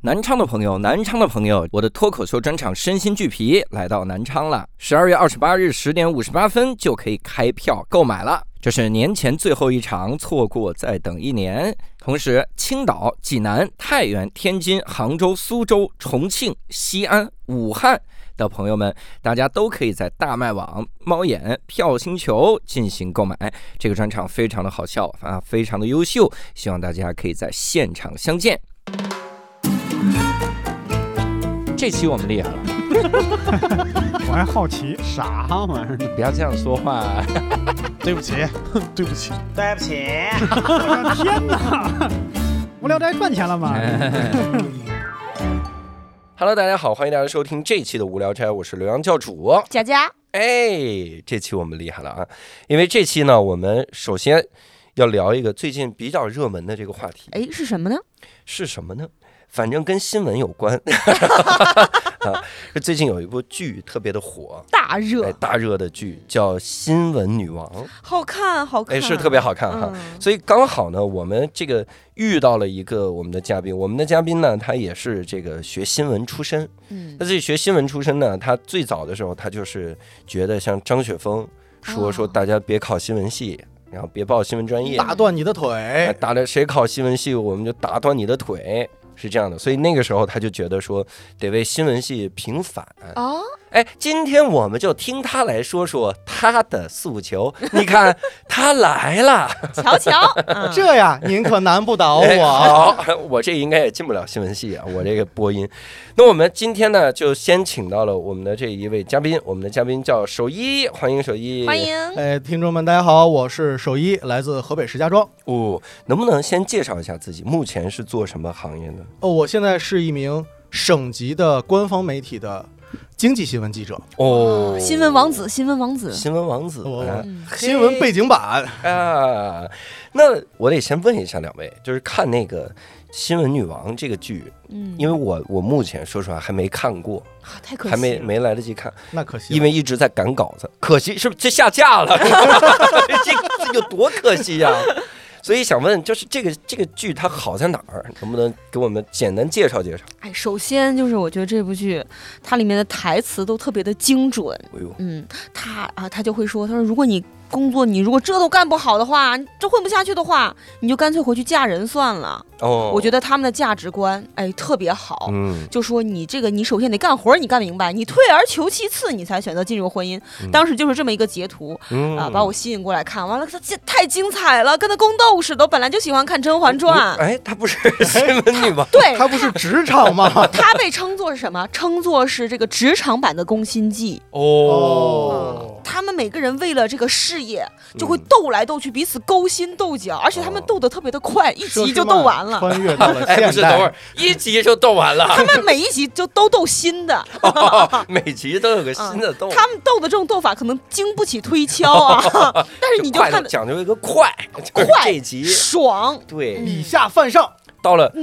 南昌的朋友，我的脱口秀专场《身心俱疲》来到南昌了。12月28日10点58分就可以开票购买了，这是年前最后一场，错过再等1年。同时，青岛、济南、太原、天津、杭州、苏州、重庆、西安、武汉的朋友们，大家都可以在大麦网、猫眼、票星球进行购买。这个专场非常的好笑啊，非常的优秀，希望大家可以在现场相见。这期我们厉害了， 我还好奇啥玩意儿？ 不要这样说话。 对不起，对不起， 对不起！ 我的天哪！无聊斋赚钱了吗 ？Hello， 大家好，欢迎大家收听这一期的无聊斋，我是刘洋教主佳佳。 这期我们厉害了啊！因为这期呢，我们首先要聊一个最近比较热门的这个话题。 是什么呢？ 是什么呢？反正跟新闻有关啊，最近有一部剧特别的火，大热的剧叫《新闻女王》， 好看， 是特别好看哈。所以刚好呢，我们这个遇到了一个我们的嘉宾呢，他也是这个学新闻出身，他自己学新闻出身呢，他最早的时候他就是觉得像张雪峰说大家别考新闻系。然后别报新闻专业， 打断你的腿， 谁考新闻系我们就打断你的腿，是这样的。所以那个时候他就觉得说得为新闻系平反。今天我们就听他来说说他的诉求。你看他来了， 瞧， 这呀您可难不倒我。 好，我这应该也进不了新闻系啊，我这个播音。那我们今天呢，就先请到了我们的这一位嘉宾，我们的嘉宾叫守一，欢迎守一。 欢迎。 听众们大家好，我是守一，来自河北石家庄。 能不能先介绍一下自己，目前是做什么行业的？ 我现在是一名省级的官方媒体的经济新闻记者。 新闻王子， 新闻背景板啊。那我得先问一下两位，就是看那个《新闻女王》这个剧，因为我目前说实话还没看过， 太可惜了， 还没来得及看， 那可惜了， 因为一直在赶稿子，可惜是不是这下架了？这有多可惜呀！所以想问，就是这个剧它好在哪儿？能不能给我们简单介绍介绍？ 首先就是我觉得这部剧它里面的台词都特别的精准。他就会说，他说如果你工作你如果这都干不好的话，这混不下去的话，你就干脆回去嫁人算了。我觉得他们的价值观特别好。就说你这个你首先得干活，你干明白，你退而求其次，你才选择进入婚姻。当时就是这么一个截图把我吸引过来看，完了这太精彩了，跟他宫斗似的。我本来就喜欢看《甄嬛传》。 他不是新闻女王？ 对， 他不是职场吗？ 他被称作是什么？称作是这个职场版的《宫心计》。他们每个人为了这个事业就会斗来斗去，彼此勾心斗角，而且他们斗得特别的快，一集就斗完了。 穿越到了现代。 不是，等会儿一集就斗完了。 他们每一集就都斗新的。 每集都有个新的斗。 他们斗的这种斗法可能经不起推敲啊，但是你就看讲究一个快，这一集爽， 对， 以下犯上。 到了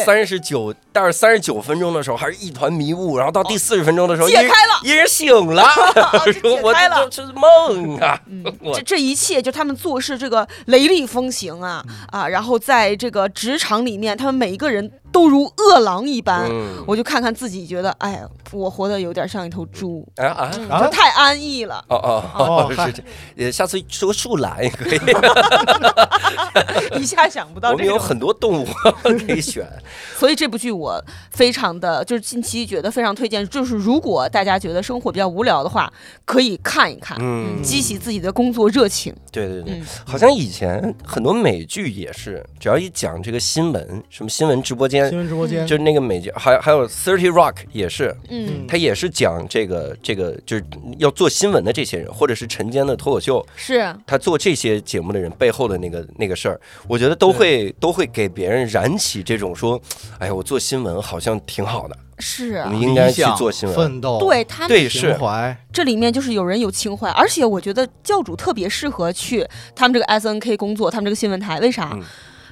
39分钟的时候还是一团迷雾，然后到第40分钟的时候解开了， 一人醒了，说我这是梦啊。 这一切就他们做事这个雷厉风行啊，然后在这个职场里面他们每一个人都如饿狼一般。我就看看自己，觉得我活得有点像一头猪就太安逸了。 是下次说树懒也可以。 一下想不到我们有很多动物可以选。 所以这部剧我非常的就是近期觉得非常推荐，就是如果大家觉得生活比较无聊的话，可以看一看，激起自己的工作热情。 对，好像以前很多美剧也是，只要一讲这个新闻，什么新闻直播间，就是那个美剧，还有 30 Rock 也是，他也是讲这个就是要做新闻的这些人，或者是晨间的脱口秀，是他做这些节目的人背后的那个事儿，我觉得都会给别人燃起这种说，我做新闻好像挺好的。 是啊， 我们应该去做新闻， 奋斗。 对他们对情怀， 这里面就是有人有情怀，而且我觉得教主特别适合去他们这个 SNK 工作，他们这个新闻台，为啥？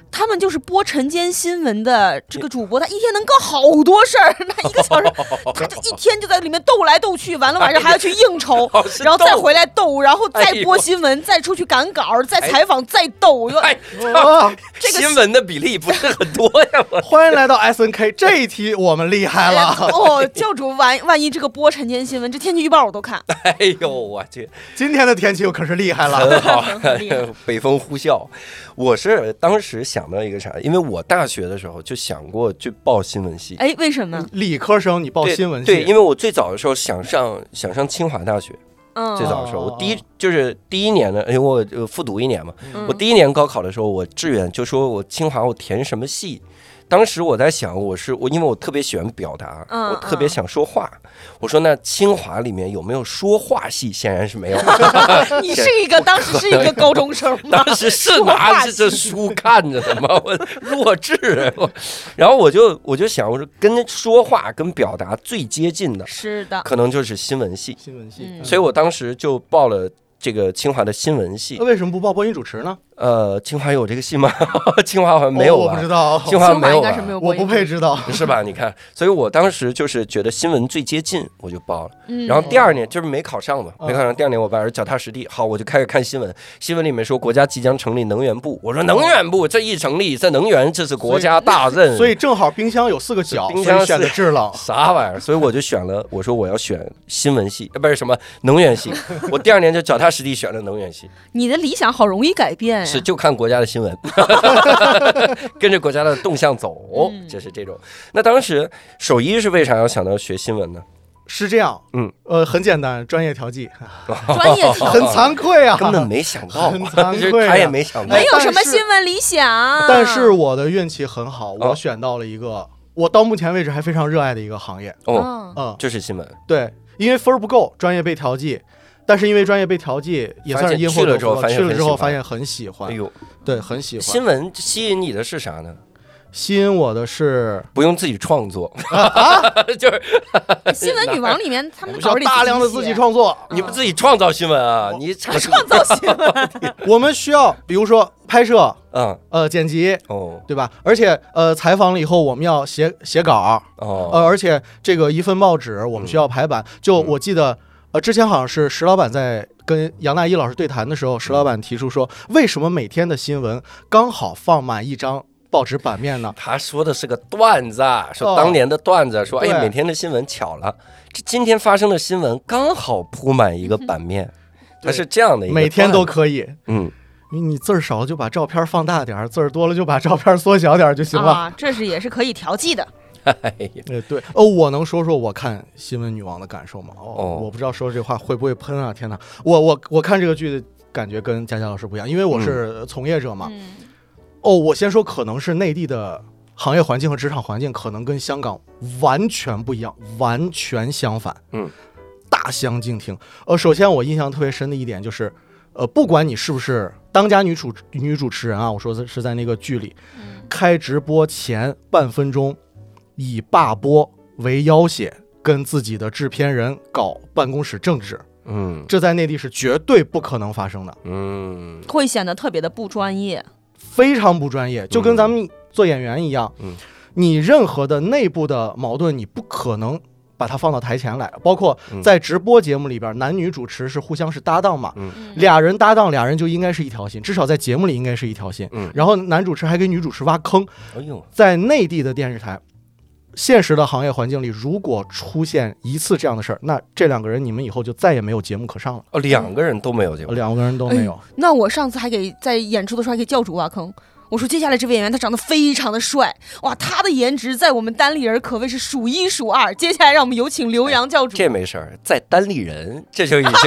他们就是播晨间新闻的这个主播，他一天能搞好多事儿，那1个小时，他就一天就在里面斗来斗去，完了晚上还要去应酬，然后再回来斗，然后再播新闻，再出去赶稿，再采访，再斗。 这个新闻的比例不是很多呀。 欢迎来到 SNK， 这一题我们厉害了。 教主万一这个播晨间新闻，这天气预报我都看。 哎呦，我去， 今天的天气可是厉害了， 很好，北风呼啸。我是当时想到一个啥，因为我大学的时候就想过去报新闻系。 哎，为什么？ 理科生你报新闻系？ 对，因为我最早的时候想上清华大学。最早的时候，我第一年呢，因为我复读1年嘛，我第1年高考的时候，我志愿就说我清华我填什么系。当时我在想，因为我特别喜欢表达，我特别想说话。我说那清华里面有没有说话系？显然是没有。 你当时是一个高中生吗？ 当时是拿着这书看着的吗？我弱智。然后我就想，我说跟说话跟表达最接近的， 是的， 可能就是新闻系。 所以我当时就报了这个清华的新闻系。 为什么不报播音主持呢？ 清华有这个系吗？清华好像没有吧？ 我不知道， 清华没有吧？ 我不配知道， 是吧？你看，所以我当时就是觉得新闻最接近，我就报了。然后第2年就是没考上嘛，没考上。第2年我把脚踏实地，好，我就开始看新闻。新闻里面说国家即将成立能源部，我说能源部这一成立，这能源这是国家大任。 所以正好冰箱有4个角，冰箱选的制冷， 啥玩意儿？所以我就选了，我说我要选新闻系，不是什么能源系。我第2年就脚踏实地选了能源系。 你的理想好容易改变。 是就看国家的新闻，跟着国家的动向走，就是这种。那当时首一是为啥要想到学新闻呢？ 是这样，很简单，专业调剂， 专业调剂很惭愧啊， 根本没想到， 很惭愧， 他也没想到， 没有什么新闻理想。 但是我的运气很好，我选到了一个我到目前为止还非常热爱的一个行业， 就是新闻。 对，因为分不够，专业被调剂。但是因为专业被调剂，也算是因祸得福。去了之后发现很喜欢， 哎呦， 对，很喜欢。 新闻吸引你的是啥呢？ 吸引我的是不用自己创作，就是新闻女王里面他们需要大量的自己创作， 你不自己创造新闻啊？你创造新闻， 我们需要比如说拍摄，剪辑，对吧？而且采访了以后我们要写稿，而且这个一份报纸我们需要排版。就我记得。之前好像是石老板在跟杨大一老师对谈的时候，石老板提出说，为什么每天的新闻刚好放满一张报纸版面呢？ 他说的是个段子，说当年的段子，说每天的新闻巧了，这今天发生的新闻刚好铺满一个版面，他是这样的一个每天都可以，你字儿少了就把照片放大点，字儿多了就把照片缩小点就行了。 这是也是可以调剂的。 对，我能说说我看新闻女王的感受吗？我不知道说这话会不会喷啊！天哪，我看这个剧的感觉跟佳佳老师不一样，因为我是从业者嘛。我先说，可能是内地的行业环境和职场环境可能跟香港完全不一样，完全相反。大相径庭。首先我印象特别深的一点就是，不管你是不是当家女主持人啊，我说的是在那个剧里，开直播前半分钟。以罢播为要挟，跟自己的制片人搞办公室政治，这在内地是绝对不可能发生的， 会显得特别的不专业， 非常不专业，就跟咱们做演员一样，你任何的内部的矛盾，你不可能把它放到台前来，包括在直播节目里边，男女主持是互相是搭档嘛，俩人搭档，俩人就应该是一条心，至少在节目里应该是一条心，然后男主持还给女主持挖坑，在内地的电视台。现实的行业环境里，如果出现一次这样的事儿，那这2个人你们以后就再也没有节目可上了。 2个人都没有节目 ，2个人都没有。 那我上次还在演出的时候还给教主挖坑，我说接下来这位演员他长得非常的帅，哇，他的颜值在我们单立人可谓是数1数2。接下来让我们有请刘洋教主。 这没事儿，在单立人这就已经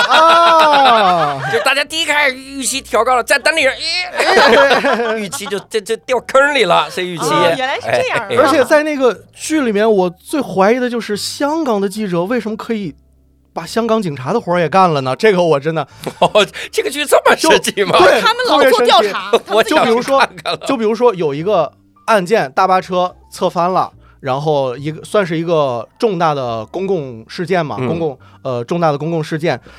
就大家第一开始预期调高了，在单立人预期就这掉坑里了，这预期原来是这样。 而且在那个剧里面，我最怀疑的就是香港的记者为什么可以把香港警察的活也干了呢？这个我真的， 这个剧这么设计吗？ 对， 他们老做调查。 就比如说有一个案件，大巴车侧翻了，然后算是一个重大的公共事件嘛，重大的公共事件。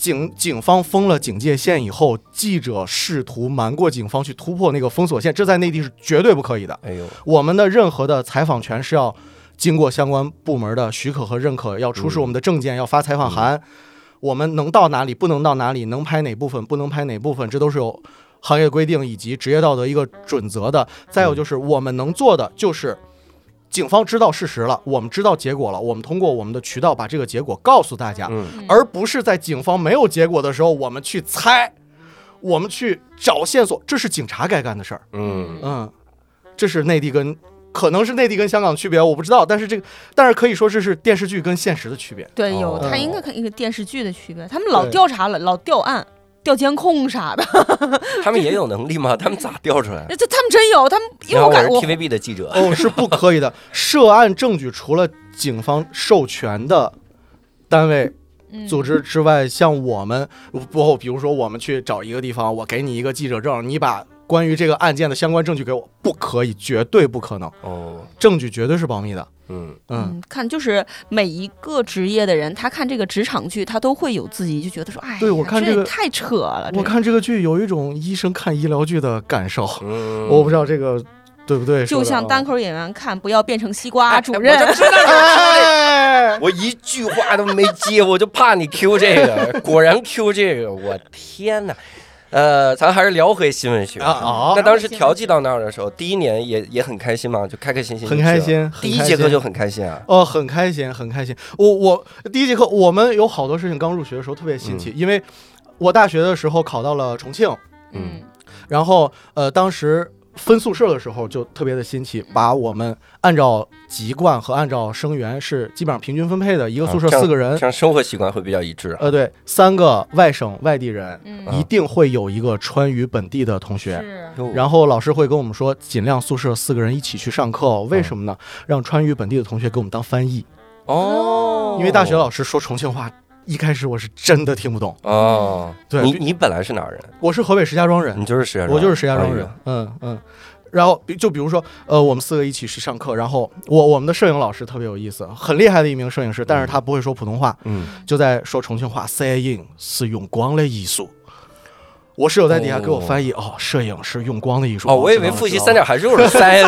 警方封了警戒线以后，记者试图瞒过警方去突破那个封锁线，这在内地是绝对不可以的。 哎呦， 我们的任何的采访权是要经过相关部门的许可和认可，要出示我们的证件，要发采访函。我们能到哪里，不能到哪里，能拍哪部分，不能拍哪部分，这都是有行业规定以及职业道德一个准则的。再有就是我们能做的就是警方知道事实了，我们知道结果了，我们通过我们的渠道把这个结果告诉大家，而不是在警方没有结果的时候我们去猜，我们去找线索，这是警察该干的事儿。这是内地可能是内地跟香港的区别，我不知道，但是可以说这是电视剧跟现实的区别。 对，他应该看一个电视剧的区别，他们老调查了，老调案。调监控啥的， 他们也有能力吗？他们咋调出来？ 他们真有，他们因为我是 TVB 的记者是不可以的。涉案证据除了警方授权的单位组织之外，像我们比如说我们去找一个地方，我给你一个记者证，你把关于这个案件的相关证据给我，不可以，绝对不可能。证据绝对是保密的。 看就是每一个职业的人，他看这个职场剧，他都会有自己就觉得说，哎， 对我看这个太扯了。 我看这个剧有一种医生看医疗剧的感受，我不知道这个对不对？ 就像单口演员看不要变成西瓜主任， 我就知道我一句话都没接，我就怕你 Q 这个，果然 Q 这个，我天哪！咱还是聊回新闻学那当时调剂到那儿的时候，第一年也很开心嘛，就开开心心， 很开心。 第一节课就很开心啊。 很开心，很开心。我第一节课我们有好多事情刚入学的时候特别新奇，因为我大学的时候考到了重庆，然后当时分宿舍的时候就特别的新奇，把我们按照籍贯和按照生源是基本上平均分配的，一个宿舍4个人， 这样生活习惯会比较一致。 对，3个外省外地人，一定会有一个川渝本地的同学。然后老师会跟我们说，尽量宿舍4个人一起去上课，为什么呢？让川渝本地的同学给我们当翻译。因为大学老师说重庆话。一开始我是真的听不懂对， 你本来是哪人？ 我是河北石家庄人。 你就是石家庄？ 我就是石家庄人。然后就比如说我们4个一起去上课，然后我们的摄影老师特别有意思，很厉害的一名摄影师，但是他不会说普通话，就在说重庆话。摄影是用光的艺术。我室友在底下给我翻译，摄影是用光的艺术。 我以为复习3点函数了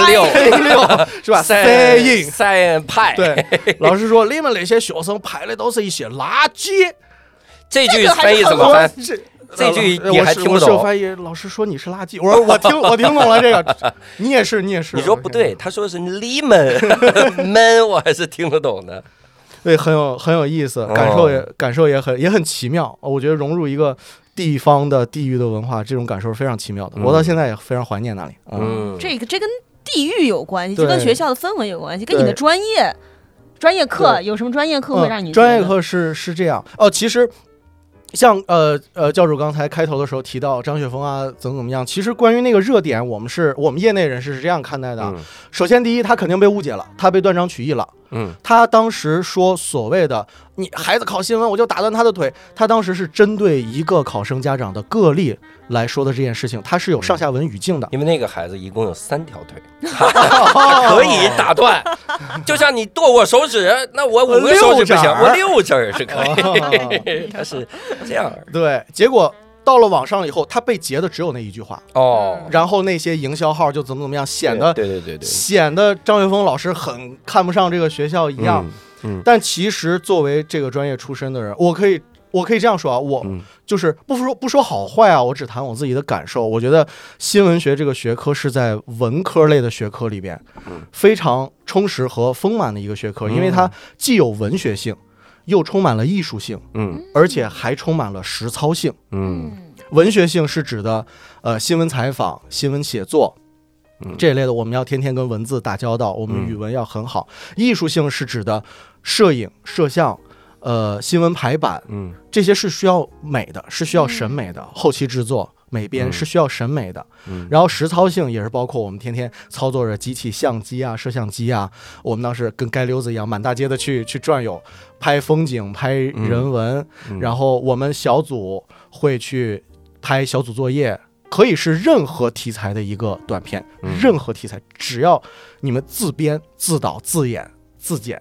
，3.6 是吧？摄影 3派。 对，老师说你们那些学生拍的都是一些垃圾。 这句翻译怎么翻？这句你还听不懂？ 我翻译，老师说你是垃圾。我说我听懂了这个，你也是。你说不对，他说的是你们闷，我还是听得懂的。 对，很有意思，感受也很奇妙。我觉得融入一个地方的地域的文化，这种感受是非常奇妙的。我到现在也非常怀念那里。 这跟地域有关系，就跟学校的氛围有关系，跟你的专业课有什么专业课会让你专业课是这样其实。像教主刚才开头的时候提到张雪峰啊怎么样，其实关于那个热点，我们业内人士是这样看待的。首先第一，他肯定被误解了，他被断章取义了。他当时说所谓的你孩子考新闻我就打断他的腿，他当时是针对一个考生家长的个例来说的这件事情，他是有上下文语境的。 因为那个孩子一共有3条腿，可以打断。就像你剁我手指，那我5个手指不行，我6指是可以。他是这样。 对，结果到了网上了以后，他被截的只有那一句话然后那些营销号就怎么样，显得显得张雪峰老师很看不上这个学校一样。但其实作为这个专业出身的人，我可以这样说我就是不说好坏啊，我只谈我自己的感受。我觉得新闻学这个学科是在文科类的学科里边非常充实和丰满的一个学科，因为它既有文学性，又充满了艺术性，而且还充满了实操性。文学性是指的新闻采访、新闻写作这一类的，我们要天天跟文字打交道，我们语文要很好。艺术性是指的摄影、摄像、新闻排版，这些是需要美的，是需要审美的，后期制作。美编是需要审美的，然后实操性也是包括我们天天操作着机器、相机啊、摄像机啊，我们当时跟街溜子一样满大街的去转悠，拍风景、拍人文，然后我们小组会去拍小组作业，可以是任何题材的一个短片，任何题材，只要你们自编、自导、自演、自剪，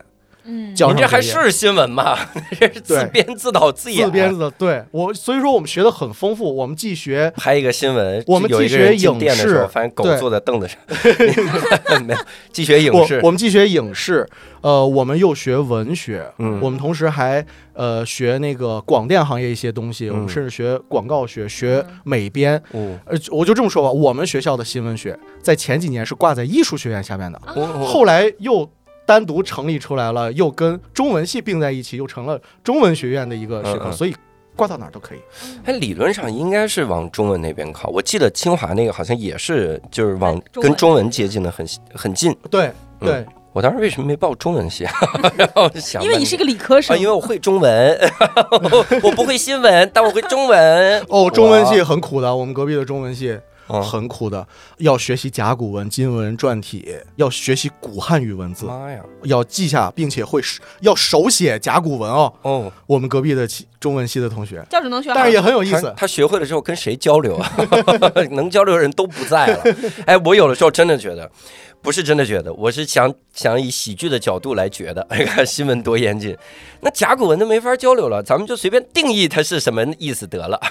您这还是新闻吗？这是自编自导自演。 自编自导，对所以说我们学的很丰富。我们既学拍一个新闻， 我们既学影视， 发现狗坐在凳子上，没有，既学影视， 我们既学影视，我们又学文学，我们同时还学那个广电行业一些东西，我们甚至学广告学，学美编。我就这么说吧，我们学校的新闻学在前几年是挂在艺术学院下面的，后来又单独成立出来了，又跟中文系并在一起，又成了中文学院的一个学科，所以挂到哪儿都可以。 理论上应该是往中文那边靠。我记得清华那个好像也是，就是往跟中文接近的很近。 对。 我当时为什么没报中文系？然后想， 因为你是个理科生， 因为我会中文，我不会新闻，但我会中文。 中文系很苦的，我们隔壁的中文系。很苦的，要学习甲骨文、金文、篆体，要学习古汉语文字， 妈呀， 要记下，并且要手写甲骨文哦。我们隔壁的中文系的同学， 教主能学好， 但是也很有意思。 他学会了之后跟谁交流啊？能交流的人都不在了。我有的时候真的觉得，不是真的觉得，我是想以喜剧的角度来觉得，看新闻多严谨。那甲骨文都没法交流了，咱们就随便定义它是什么意思得了。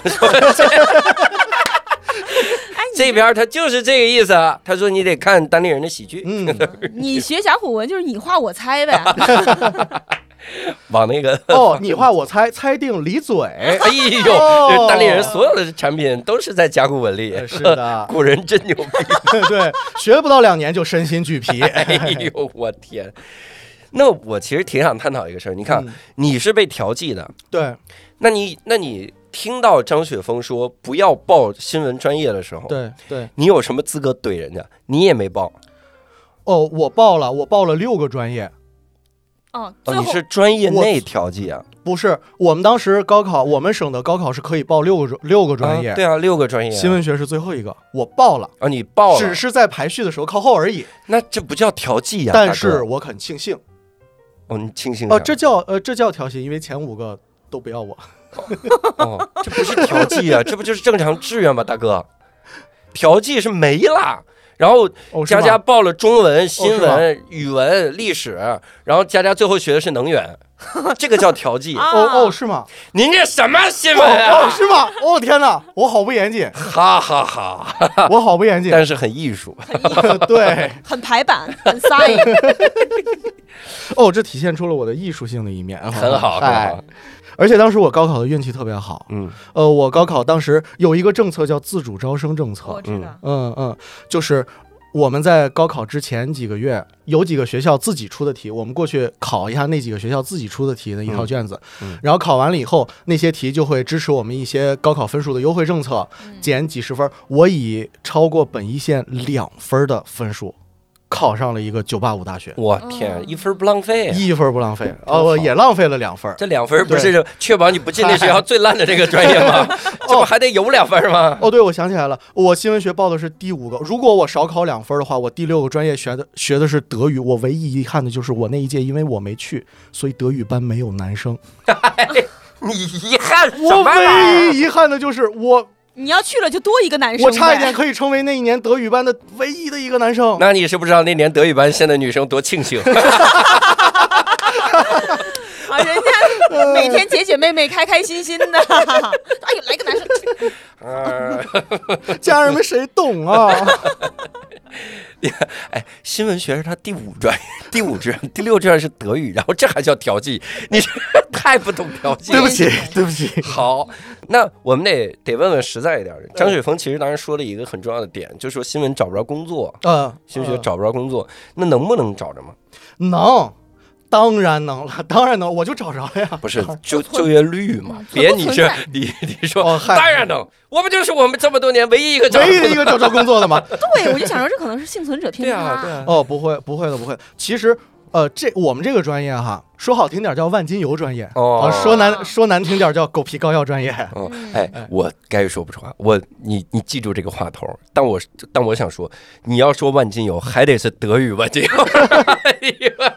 这边他就是这个意思，他说你得看当地人的喜剧。 你学甲骨文就是你画我猜呗。 往那个你画我猜，猜定离嘴。 哎呦，当地人所有的产品都是在甲骨文里。 是的， 古人真牛逼。 对，学不到2年就身心俱疲。 哎呦，我天！那我其实挺想探讨一个事儿，你看，你是被调剂的， 对， 那你听到张雪峰说不要报新闻专业的时候， 对， 你有什么资格怼人家？你也没报。 我报了6个专业。 你是专业内调剂啊？ 不是，我们当时高考，我们省的高考是可以报6个专业。 对啊，6个专业。 新闻学是最后一个，我报了。 你报了， 只是在排序的时候靠后而已。 那这不叫调剂呀？ 但是我很庆幸。 你庆幸这叫调剂，因为前5个都不要我。 这不是调剂啊，这不就是正常志愿吗，大哥？调剂是没了。然后佳佳报了中文、新闻、语文、历史，然后佳佳最后学的是能源，这个叫调剂。 是吗？ 您这什么新闻啊？ 是吗？天哪，我好不严谨， 哈哈哈！ 我好不严谨， 但是很艺术， 对， 很排版，很撒野。 这体现出了我的艺术性的一面， 很好。 而且当时我高考的运气特别好，我高考当时有一个政策叫自主招生政策， 我知道， 就是我们在高考之前几个月，有几个学校自己出的题，我们过去考一下那几个学校自己出的题的一套卷子，然后考完了以后，那些题就会支持我们一些高考分数的优惠政策，减几十分。我以超过本一线2分的分数考上了一个985大学。 我天，1分不浪费 ，1分不浪费。也浪费了2分。 这2分不是确保你不进那学校最烂的这个专业吗？这不还得有2分吗？ 对，我想起来了，我新闻学报的是第5个。如果我少考2分的话，我第6个专业学的是德语。我唯一遗憾的就是我那一届因为我没去，所以德语班没有男生。 你遗憾什么？ 我唯一遗憾的就是你要去了就多一个男生， 我差一点可以成为那一年德语班的唯一的一个男生。 那你是不知道那年德语班现在女生多庆幸。 人家每天姐妹妹开开心心的。哎呦，来个男生。家人们谁懂啊？ 新闻学是他第5专业，第5志愿，第6志愿是德语，然后这还叫调剂？你是太不懂调剂。 对不起。 好，那我们得问问实在一点的。张雪峰其实当时说了一个很重要的点，就是说新闻找不着工作，新闻学找不着工作，那能不能找着吗？ 能。当然能了，我就找着了呀。 不是就业率嘛？别你说，当然能，我不就是我们这么多年唯一一个找着工作的吗？ 对，我就想说这可能是幸存者偏差。 对啊。 不会的。其实我们这个专业哈，说好听点叫万金油专业，说难听点叫狗皮膏药专业。 我该说不出话，你记住这个话头。但我想说，你要说万金油，还得是德语万金油。真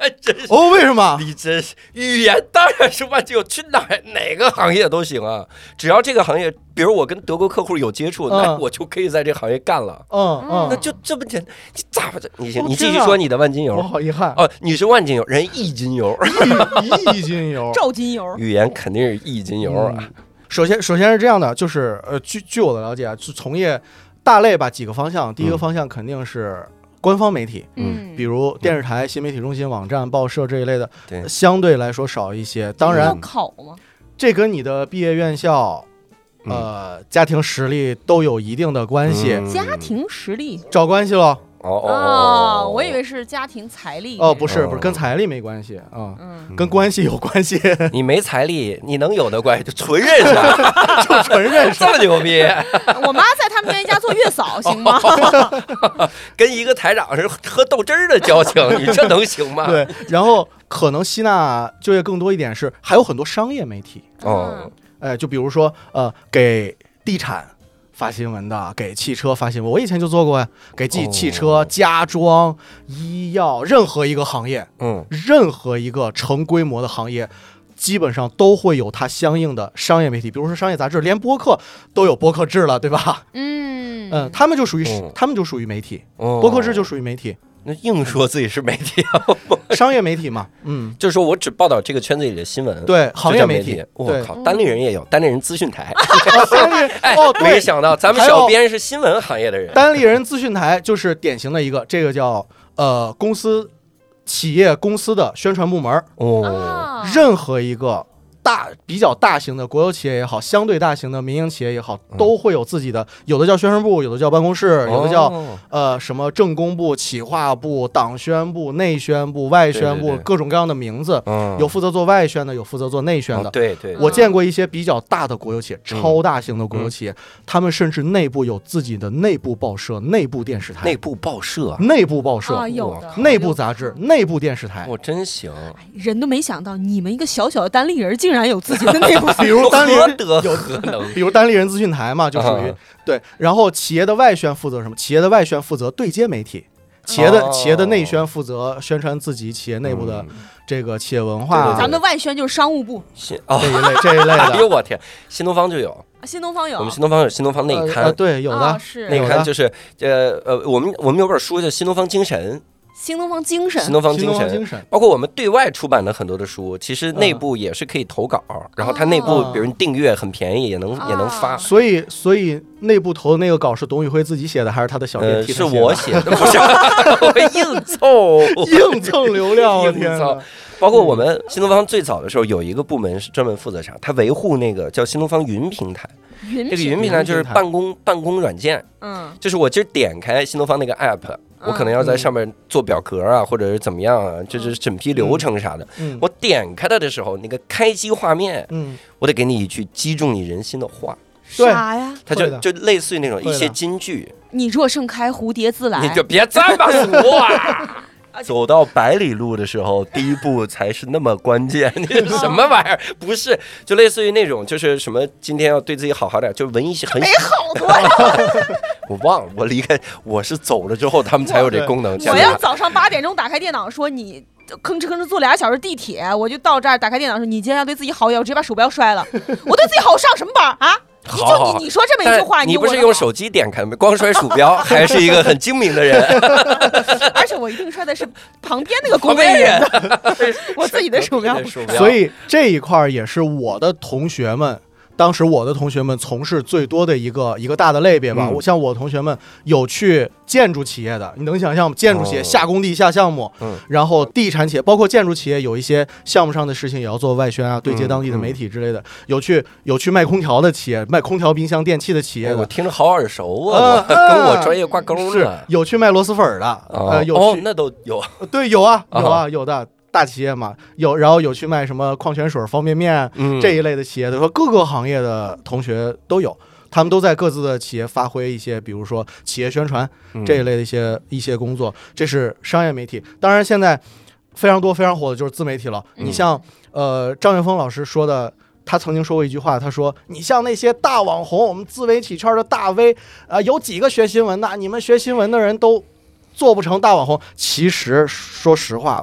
哦，为什么？ 你真是语言当然是万金油，去哪个行业都行啊，只要这个行业，比如我跟德国客户有接触，那我就可以在这个行业干了。那就这么简单，你咋不？你行，你继续说你的万金油。 我好遗憾哦，你是万金油，人亿金油， 亿金油， 兆金油， 语言肯定是亿金油啊。 首先是这样的，就是据我的了解啊，就从业大类吧几个方向，第一个方向肯定是官方媒体，比如电视台、新媒体中心、网站、报社这一类的，相对来说少一些。当然， 考吗？ 这跟你的毕业院校、家庭实力都有一定的关系。 家庭实力找关系了。 我以为是家庭财力。 不是，跟财力没关系啊，跟关系有关系。 你没财力，你能有的关系就纯认识， 就纯认识， 这么牛逼。 我妈在他们家做月嫂，行吗？ 跟一个台长是喝豆汁儿的交情，你这能行吗？ 对，然后可能吸纳就业更多一点是，还有很多商业媒体。就比如说给地产发新闻的，给汽车发新闻，我以前就做过呀。给汽车、家装、医药，任何一个行业，任何一个成规模的行业，基本上都会有它相应的商业媒体，比如说商业杂志，连播客都有播客制了，对吧？他们就属于媒体，播客制就属于媒体。 那硬说自己是媒体商业媒体嘛， 就是说我只报道这个圈子里的新闻， 对，行业媒体。 我靠，单立人也有，单立人资讯台。 没想到咱们小编是新闻行业的人。 单立人资讯台就是典型的一个，这个叫企业公司的宣传部门。任何一个比较大型的国有企业也好，相对大型的民营企业也好，都会有自己的，有的叫宣传部，有的叫办公室，有的叫什么政工部、企划部、党宣部、内宣部、外宣部，各种各样的名字。有负责做外宣的，有负责做内宣的。 对， 我见过一些比较大的国有企业，超大型的国有企业，他们甚至内部有自己的内部报社、内部电视台、 内部报社、 内部杂志、内部电视台。 我真行， 人都没想到你们一个小小的单立人竟然有自己的内部， 比如单立人比如单立人资讯台嘛，就属于对。然后企业的外宣负责什么？企业的外宣负责对接媒体，企业的内宣负责宣传自己企业内部的这个企业文化。 咱们的外宣就是商务部这一类的。 哎呦我天，新东方就有。 新东方有， 我们新东方有新东方内刊， 对，有的是内刊就是我们有本书叫《新东方精神》。 新东方精神， 包括我们对外出版的很多的书，其实内部也是可以投稿，然后它内部比如订阅很便宜，也能发。 所以内部投的那个稿是董宇辉自己写的，还是他的小编替他写的？ 是我写的，不是我硬蹭流量，我天哪！ 包括我们新东方最早的时候有一个部门是专门负责啥，他维护那个叫新东方云平台。这个云平台就是办公软件，就是我今儿点开新东方那个 app，我可能要在上面做表格啊，或者是怎么样啊，就是审批流程啥的。我点开它的时候，那个开机画面，我得给你一句击中你人心的话。 啥呀？ 它就类似于那种一些金句。 你若盛开，蝴蝶自来。 你就别这么说啊！走到100里路的时候，第一步才是那么关键。你什么玩意儿？不是，就类似于那种，就是什么今天要对自己好点，就是文艺很没好多呀。 我忘了，我离开，我是走了之后，他们才有这功能。 我要早上8点钟打开电脑，说你吭哧坐2小时地铁，我就到这儿打开电脑说你今天要对自己好一点，我直接把鼠标摔了。我对自己好，我上什么班啊？你说这么一句话， 你不是用手机点开的，光摔鼠标，还是一个很精明的人。 而且我一定摔的是旁边那个工位人，我自己的鼠标。 所以这一块也是我的同学们。当时我的同学们从事最多的一个大的类别吧，像我同学们有去建筑企业的，你能想象吗？建筑企业下工地下项目，然后地产企业，包括建筑企业有一些项目上的事情也要做外宣啊，对接当地的媒体之类的。有去卖空调的企业，卖空调、冰箱、电器的企业的， 我听着好耳熟啊，跟我专业挂钩了。 有去卖螺蛳粉的， 那都有， 对，有的。大企业嘛，然后有去卖什么矿泉水、方便面这一类的企业的，说各个行业的同学都有，他们都在各自的企业发挥一些，比如说企业宣传这一类的一些工作，这是商业媒体。当然，现在非常多非常火的就是自媒体了。你像张雪峰老师说的，他曾经说过一句话，他说：“你像那些大网红，我们自媒体圈的大 V，有几个学新闻的？你们学新闻的人都做不成大网红。”其实说实话，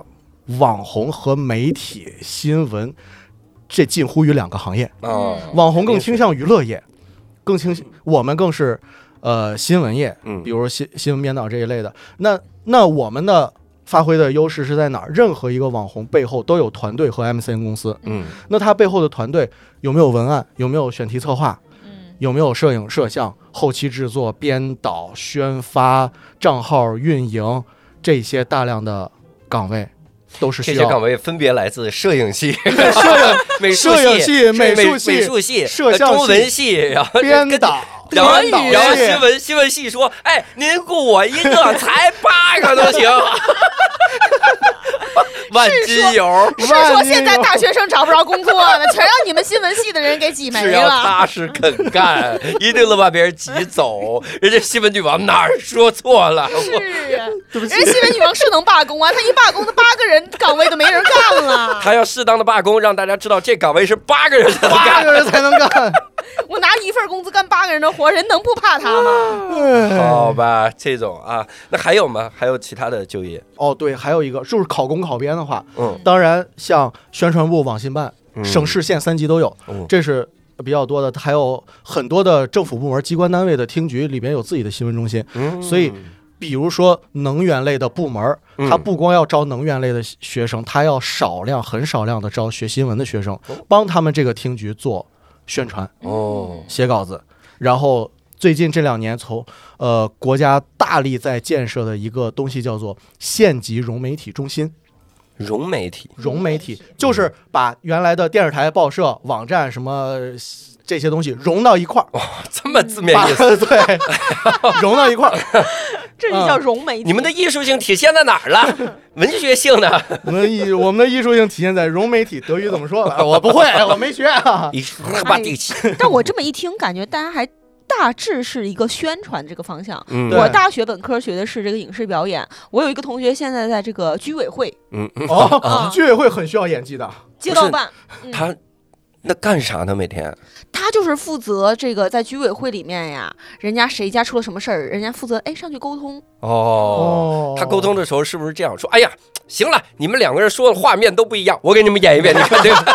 网红和媒体新闻这近乎于2个行业。网红更倾向娱乐业，我们更是新闻业，比如新闻编导这一类的。那我们的发挥的优势是在哪儿？任何一个网红背后都有团队和 MCN 公司，那他背后的团队有没有文案，有没有选题策划，有没有摄影摄像、后期制作、编导、宣发、账号运营这些大量的岗位，都是需要。 这些岗位分别来自摄影系、美术系、美术系、 摄像系、 中文系，然后编导。 然后新闻系说：“哎，您雇我一个才8个都行。”万金油是说现在大学生找不着工作呢，全让你们新闻系的人给挤没了。 只要踏实肯干，一定能把别人挤走。人家新闻女王哪儿说错了？ 是啊，人家新闻女王是能罢工啊，她一罢工，那8个人岗位都没人干了。 她要适当的罢工，让大家知道这岗位是8个人才能干，8 个人才能干。 我拿1份工资干8个人的活，人能不怕他吗？ 好吧，这种啊，那还有吗？还有其他的就业？ 对，还有一个就是考公考编的话，当然像宣传部、网信办、省市县3级都有，这是比较多的。还有很多的政府部门、机关单位的厅局里面有自己的新闻中心，所以比如说能源类的部门，他不光要招能源类的学生，他要很少量的招学新闻的学生，帮他们这个厅局做宣传，写稿子。然后最近这2年从国家大力在建设的一个东西叫做县级融媒体中心。 融媒体就是把原来的电视台、报社、网站什么这些东西融到一块儿。 这么字面意思？ 对，融到一块儿。 这就叫融媒体。 你们的艺术性体现在哪儿了？文学性呢？ 我们的艺术性体现在融媒体。德语怎么说了？我不会，我没学。 但我这么一听，感觉大家还大致是一个宣传这个方向。我大学本科学的是这个影视表演，我有一个同学现在在这个居委会。 居委会很需要演技的。 街道办。 他那干啥呢？每天他就是负责这个在居委会里面呀，人家谁家出了什么事儿，人家负责上去沟通。 他沟通的时候是不是这样说？哎呀，行了，你们2个人说的画面都不一样，我给你们演一遍，你看对吧？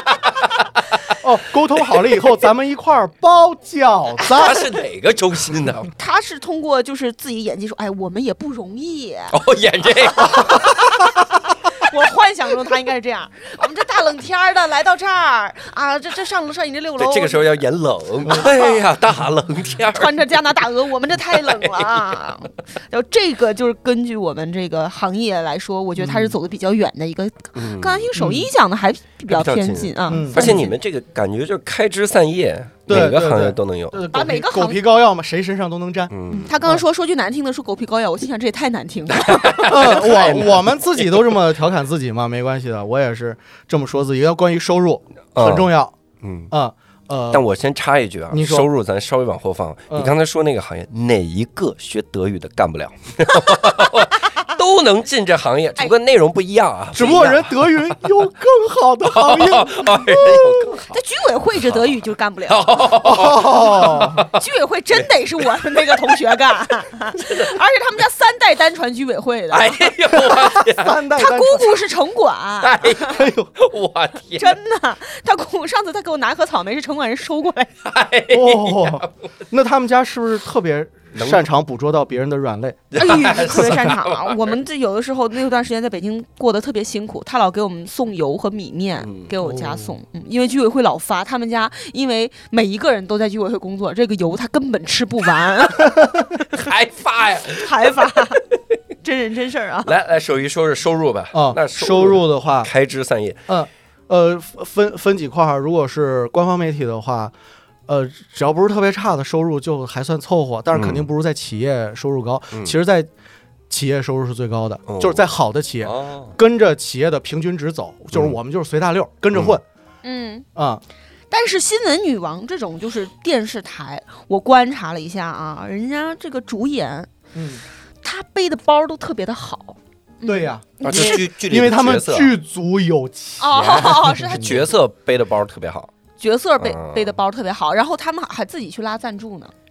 沟通好了以后，咱们一块儿包饺子。 他是哪个中心呢？ 他是通过就是自己演技说，我们也不容易。 演这个。 我幻想中他应该是这样，我们这大冷天的来到这儿啊，这上你这6楼， 这个时候要演冷。哎呀，大冷天， 穿着加拿大鹅，我们这太冷了。然后这个就是根据我们这个行业来说，我觉得他是走的比较远的一个。刚才听手艺讲的还比较偏近啊， 而且你们这个感觉就是开枝散叶。每个行业都能有， 把每个狗皮膏药嘛，谁身上都能沾。 他刚刚说句难听的，说狗皮膏药，我心想这也太难听了。 我们自己都这么调侃自己嘛，没关系的，我也是这么说自己。要关于收入很重要， 但我先插一句啊，收入咱稍微往后放。你刚才说那个行业，哪一个学德语的干不了？都能进这行业，只不过内容不一样啊。 只不过人德语有更好的行业， 在居委会这德语就干不了。居委会真得是我们那个同学干，而且他们家3代单传居委会的。 哎呦， 他姑姑是城管。 哎呦，我天！ 真的，他姑姑上次他给我拿颗草莓是城管人收过来。 那他们家是不是特别擅长捕捉到别人的软肋？ 特别擅长。我们这有的时候那段时间在北京过得特别辛苦，他老给我们送油和米面，给我家送。因为居委会老发，他们家因为每一个人都在居委会工作，这个油他根本吃不完， 还发呀， 还发。真人真事儿啊！ 来，手艺说是收入吧。那收入的话， 开枝散叶。 分几块。如果是官方媒体的话，只要不是特别差的收入就还算凑合，但是肯定不如在企业收入高。其实，在企业收入是最高的，就是在好的企业，跟着企业的平均值走，就是我们就是随大溜，跟着混。 但是新闻女王这种就是电视台，我观察了一下啊，人家这个主演，他背的包都特别的好。 对呀， 因为他们剧组有钱。 是他角色背的包特别好。 角色背的包特别好，然后他们还自己去拉赞助呢。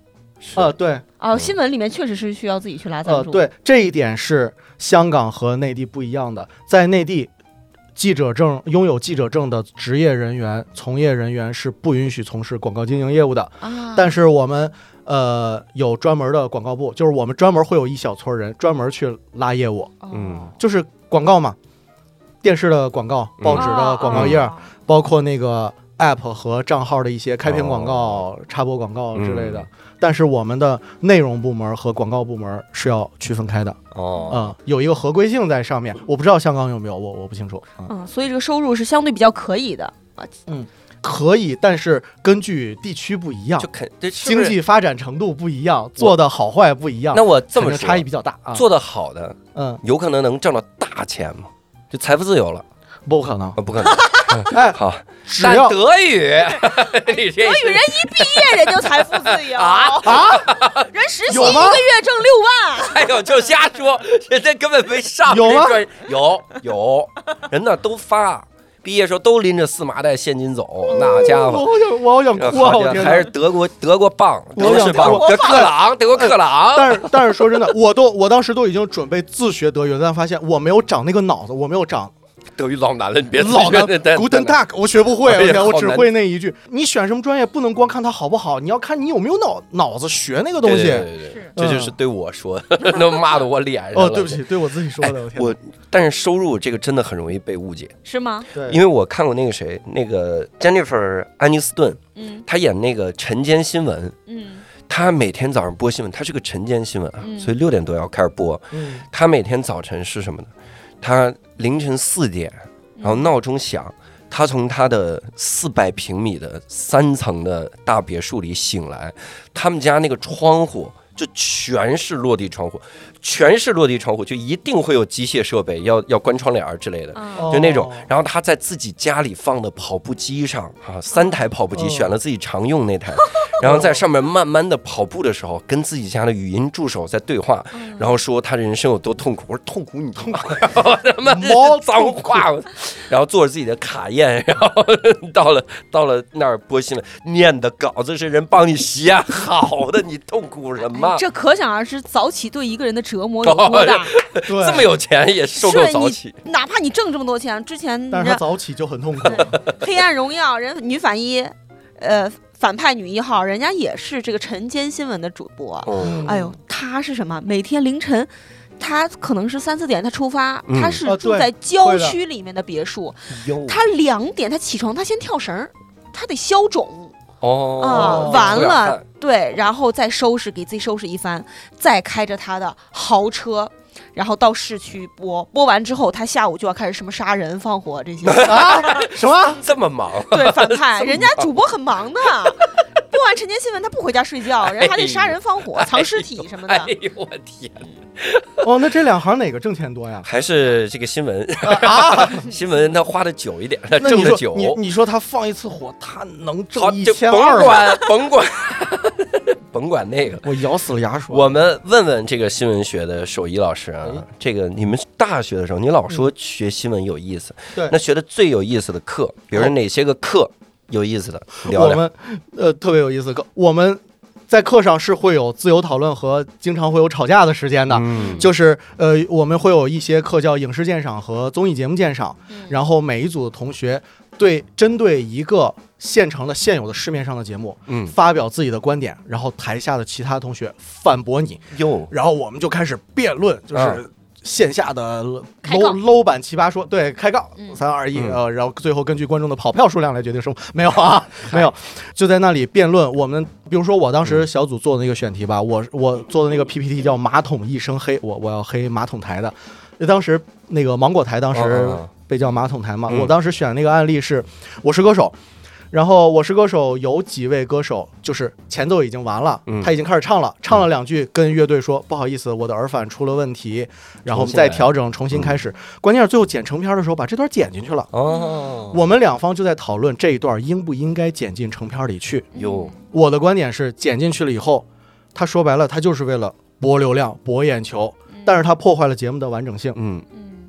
对新闻里面确实是需要自己去拉赞助。 对，这一点是香港和内地不一样的，在内地。拥有记者证的职业人员、从业人员是不允许从事广告经营业务的。但是我们有专门的广告部，就是我们专门会有一小撮人专门去拉业务。就是广告嘛，电视的广告、报纸的广告页，包括那个 app 和账号的一些开屏广告、插播广告之类的。但是我们的内容部门和广告部门是要区分开的。有一个合规性在上面，我不知道香港有没有，我不清楚。 所以这个收入是相对比较可以的。 可以，但是根据地区不一样，经济发展程度不一样，做的好坏不一样。 那我这么说， 差异比较大。 做的好的，有可能能挣到大钱吗？就财富自由了？ 不可能， 不可能。好，但德语， 德语人一毕业人就财富自由人实习1个月挣6万。 哎呦，就瞎说，人家根本没上。 有吗？ 有，人那都发。毕业时候都拎着4麻袋现金走，那家伙， 我好想哭啊！ 还是德国棒，德式棒，德国克朗。 但是说真的，我当时都已经准备自学德语，但发现我没有长那个脑子，我没有长。 德语老难了，你别老难。Guten Tag， 我学不会，我只会那一句。你选什么专业，不能光看它好不好，你要看你有没有脑子学那个东西。 对，这就是对我说的，都骂到我脸上了。 对不起，对我自己说的。 但是收入这个真的很容易被误解， 是吗？ 对， 因为我看过那个谁，那个 Jennifer 安妮斯顿，她演那个晨间新闻，她每天早上播新闻，她是个晨间新闻啊，所以6点多要开始播。她每天早晨是什么呢？她凌晨4点，然后闹钟响，她从她的400平米的3层的大别墅里醒来，他们家那个窗户就全是落地窗户，就一定会有机械设备要关窗帘之类的，就那种。然后他在自己家里放的跑步机上3台跑步机，选了自己常用那台，然后在上面慢慢的跑步的时候，跟自己家的语音助手在对话，然后说他人生有多痛苦。我说痛苦你痛苦，他妈脏话。然后做着自己的卡宴，然后到了那儿播新闻，念的稿子是人帮你写好的，你痛苦什么？ 这可想而知，早起对一个人的折磨有多大。 这么有钱也受够早起， 哪怕你挣这么多钱，之前但是他早起就很痛苦。 黑暗荣耀人女反一，反派女1号，人家也是这个晨间新闻的主播。哎呦，他是什么？每天凌晨。他可能是3、4点他出发，他是住在郊区里面的别墅。他2点他起床，他先跳绳，他得消肿。完了，对，然后再给自己收拾一番，再开着他的豪车，然后到市区播完之后，他下午就要开始什么杀人放火这些什么这么忙？ 对，反派人家主播很忙的。播完晨间新闻，他不回家睡觉，人还得杀人放火、藏尸体什么的。 哎呦我天！ 那这2行哪个挣钱多呀？ 还是这个新闻新闻他花的久一点，他挣的久。 你说他放一次火，他能挣1200？ 甭管那个， 我咬死了牙说。 我们问问这个新闻学的手艺老师啊，这个你们大学的时候，你老说学新闻有意思， 对， 那学的最有意思的课，比如说哪些个课有意思的？聊聊。 我们特别有意思的课，我们在课上是会有自由讨论和经常会有吵架的时间的，就是我们会有一些课叫影视鉴赏和综艺节目鉴赏，然后每一组的同学针对一个现有的市面上的节目，发表自己的观点，然后台下的其他同学反驳你，然后我们就开始辩论，就是线下的 low 版奇葩说，对，开杠，3、2、1，然后最后根据观众的跑票数量来决定胜负。没有啊，没有，就在那里辩论。我们比如说我当时小组做的那个选题吧，我做的那个 PPT 叫马桶一声黑，我要黑马桶台的。当时那个芒果台当时被叫马桶台嘛，我当时选的那个案例是《我是歌手》。然后《我是歌手》有几位歌手，就是前奏已经完了，他已经开始唱了2句，跟乐队说不好意思，我的耳返出了问题，然后我们再调整，重新开始。关键是最后剪成片的时候，把这段剪进去了。我们2方就在讨论这一段应不应该剪进成片里去。我的观点是，剪进去了以后，他说白了，他就是为了博流量、博眼球，但是他破坏了节目的完整性。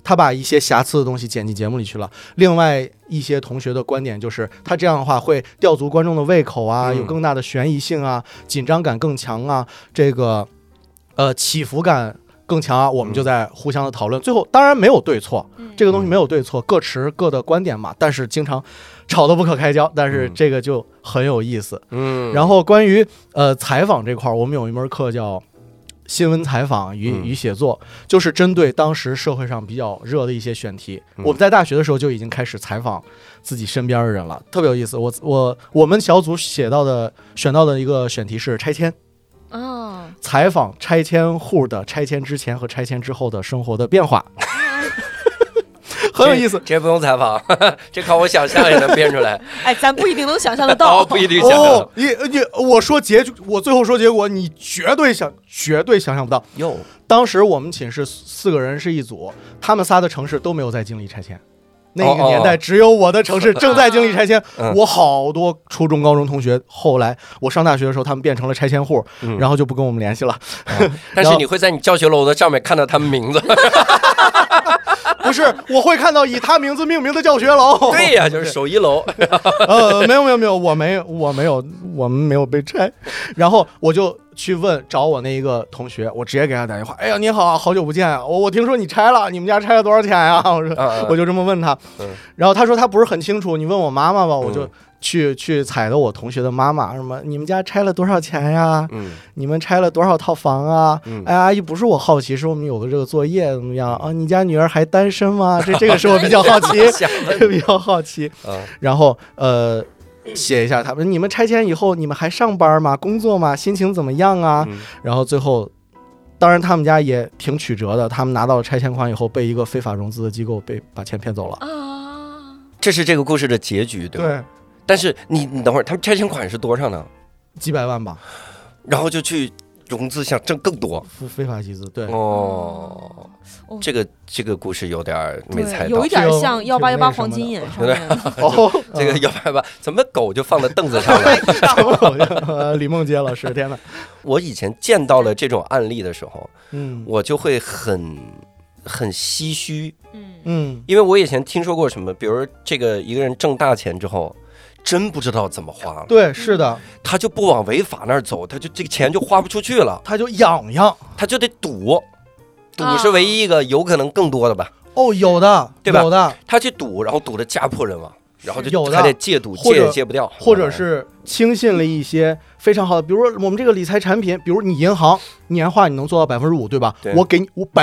他把一些瑕疵的东西剪进节目里去了。另外一些同学的观点就是，他这样的话会吊足观众的胃口啊，有更大的悬疑性啊，紧张感更强啊，这个起伏感更强啊。我们就在互相的讨论，最后当然没有对错，这个东西没有对错，各持各的观点嘛。但是经常吵得不可开交，但是这个就很有意思。然后关于采访这块，我们有一门课叫新闻采访与写作，就是针对当时社会上比较热的一些选题。我们在大学的时候就已经开始采访自己身边的人了，特别有意思。我们小组选到的一个选题是拆迁。采访拆迁户的拆迁之前和拆迁之后的生活的变化。很有意思， 这不用采访，这靠我想象也能编出来。 哎，咱不一定能想象得到， 不一定想象。 我说结局，我最后说结果，你绝对想象不到。当时我们寝室4个人是一组，他们仨的城市都没有在经历拆迁。那个年代只有我的城市正在经历拆迁。我好多初中高中同学，后来我上大学的时候他们变成了拆迁户，然后就不跟我们联系了。 但是你会在你教学楼的上面看到他们名字。 不是，我会看到以他名字命名的教学楼。 对呀，就是首一楼。 没有，我们没有被拆。然后我就去找我那一个同学，我直接给他打电话。哎呀，你好，好久不见啊！我听说你拆了，你们家拆了多少钱呀？我就这么问他。然后他说他不是很清楚，你问我妈妈吧。我就去踩的我同学的妈妈，什么你们家拆了多少钱呀？你们拆了多少套房啊？哎，阿姨，不是我好奇，是我们有个这个作业怎么样啊？你家女儿还单身吗？这个是我比较好奇，比较好奇。然后写一下他们，你们拆迁以后你们还上班吗？工作吗？心情怎么样啊？然后最后，当然他们家也挺曲折的，他们拿到了拆迁款以后，被一个非法融资的机构把钱骗走了。 这是这个故事的结局，对吧？对。但是你等会儿，他们拆迁款是多少呢？ 几百万吧。 然后就去融资，想挣更多， 非法集资。对。 这个故事有点没猜到， 有一点像1818黄金眼上面。 这个188怎么狗就放在凳子上了？ 李梦洁老师，天哪！ 我以前见到了这种案例的时候，我就会很唏嘘。因为我以前听说过什么，比如这个一个人挣大钱之后，真不知道怎么花了。 对，是的， 他就不往违法那儿走，他就这个钱就花不出去了， 他就痒痒， 他就得赌是唯一一个有可能更多的吧？ 有的， 对吧？ 有的， 他去赌，然后赌得家破人亡，然后就还得戒赌，戒也戒不掉， 或者是轻信了一些非常好的，比如说我们这个理财产品，比如你银行年化你能做到5%，对吧？我给你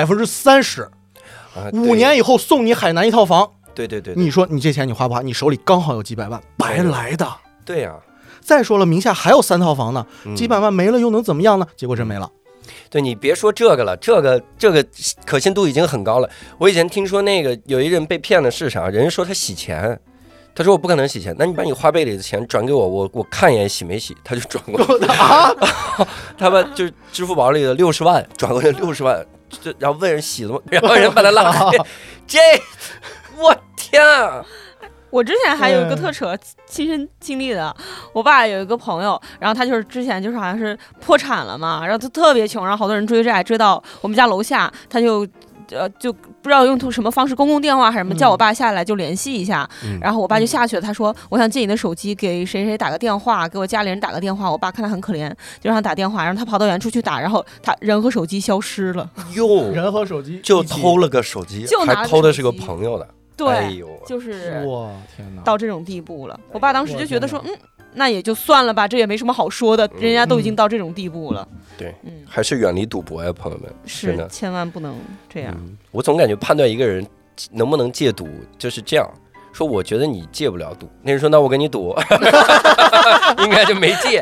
30%。5年以后送你海南一套房。 对， 你说你这钱你花不花？你手里刚好有几百万，白来的。 对呀。 再说了，名下还有3套房呢，几百万没了又能怎么样呢？结果真没了。 对，你别说这个了，这个可信度已经很高了。我以前听说那个有一人被骗的是啥？人家说他洗钱，他说我不可能洗钱，那你把你花呗里的钱转给我看一眼洗没洗，他就转过来。他把就是支付宝里的60万转过来60万。然后问人洗了吗？然后人把他拉黑。我天啊！ 我之前还有一个特扯亲身经历的，我爸有一个朋友，然后他就是之前就是好像是破产了嘛，然后他特别穷，然后好多人追债，追到我们家楼下，他就不知道用什么方式，公共电话还是什么，叫我爸下来就联系一下。然后我爸就下去了，他说我想借你的手机给谁谁打个电话，给我家里人打个电话。我爸看他很可怜，就让他打电话，然后他跑到远处去打，然后他人和手机消失了。 人和手机就偷了个手机，还偷的是个朋友的。 对，就是哇天哪，到这种地步了。我爸当时就觉得说，那也就算了吧，这也没什么好说的，人家都已经到这种地步了。 对，还是远离赌博呀，朋友们， 是的，千万不能这样。 我总感觉判断一个人能不能戒赌就是这样说，我觉得你戒不了赌，那人说那我跟你赌，应该就没戒。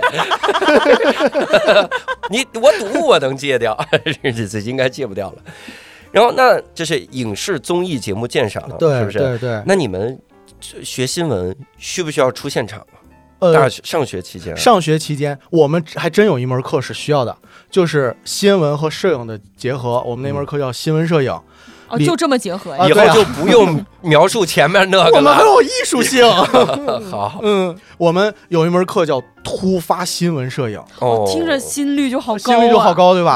我赌我能戒掉，这应该戒不掉了。然后那这是影视综艺节目鉴赏了， 对， 是不是？ 对。 那你们学新闻需不需要出现场啊？上学期间，我们还真有一门课是需要的，就是新闻和摄影的结合。我们那门课叫新闻摄影。 就这么结合呀？ 以后就不用描述前面那个了。 我们很有艺术性。 好， 我们有一门课叫突发新闻摄影。 听着心率就好高， 对吧？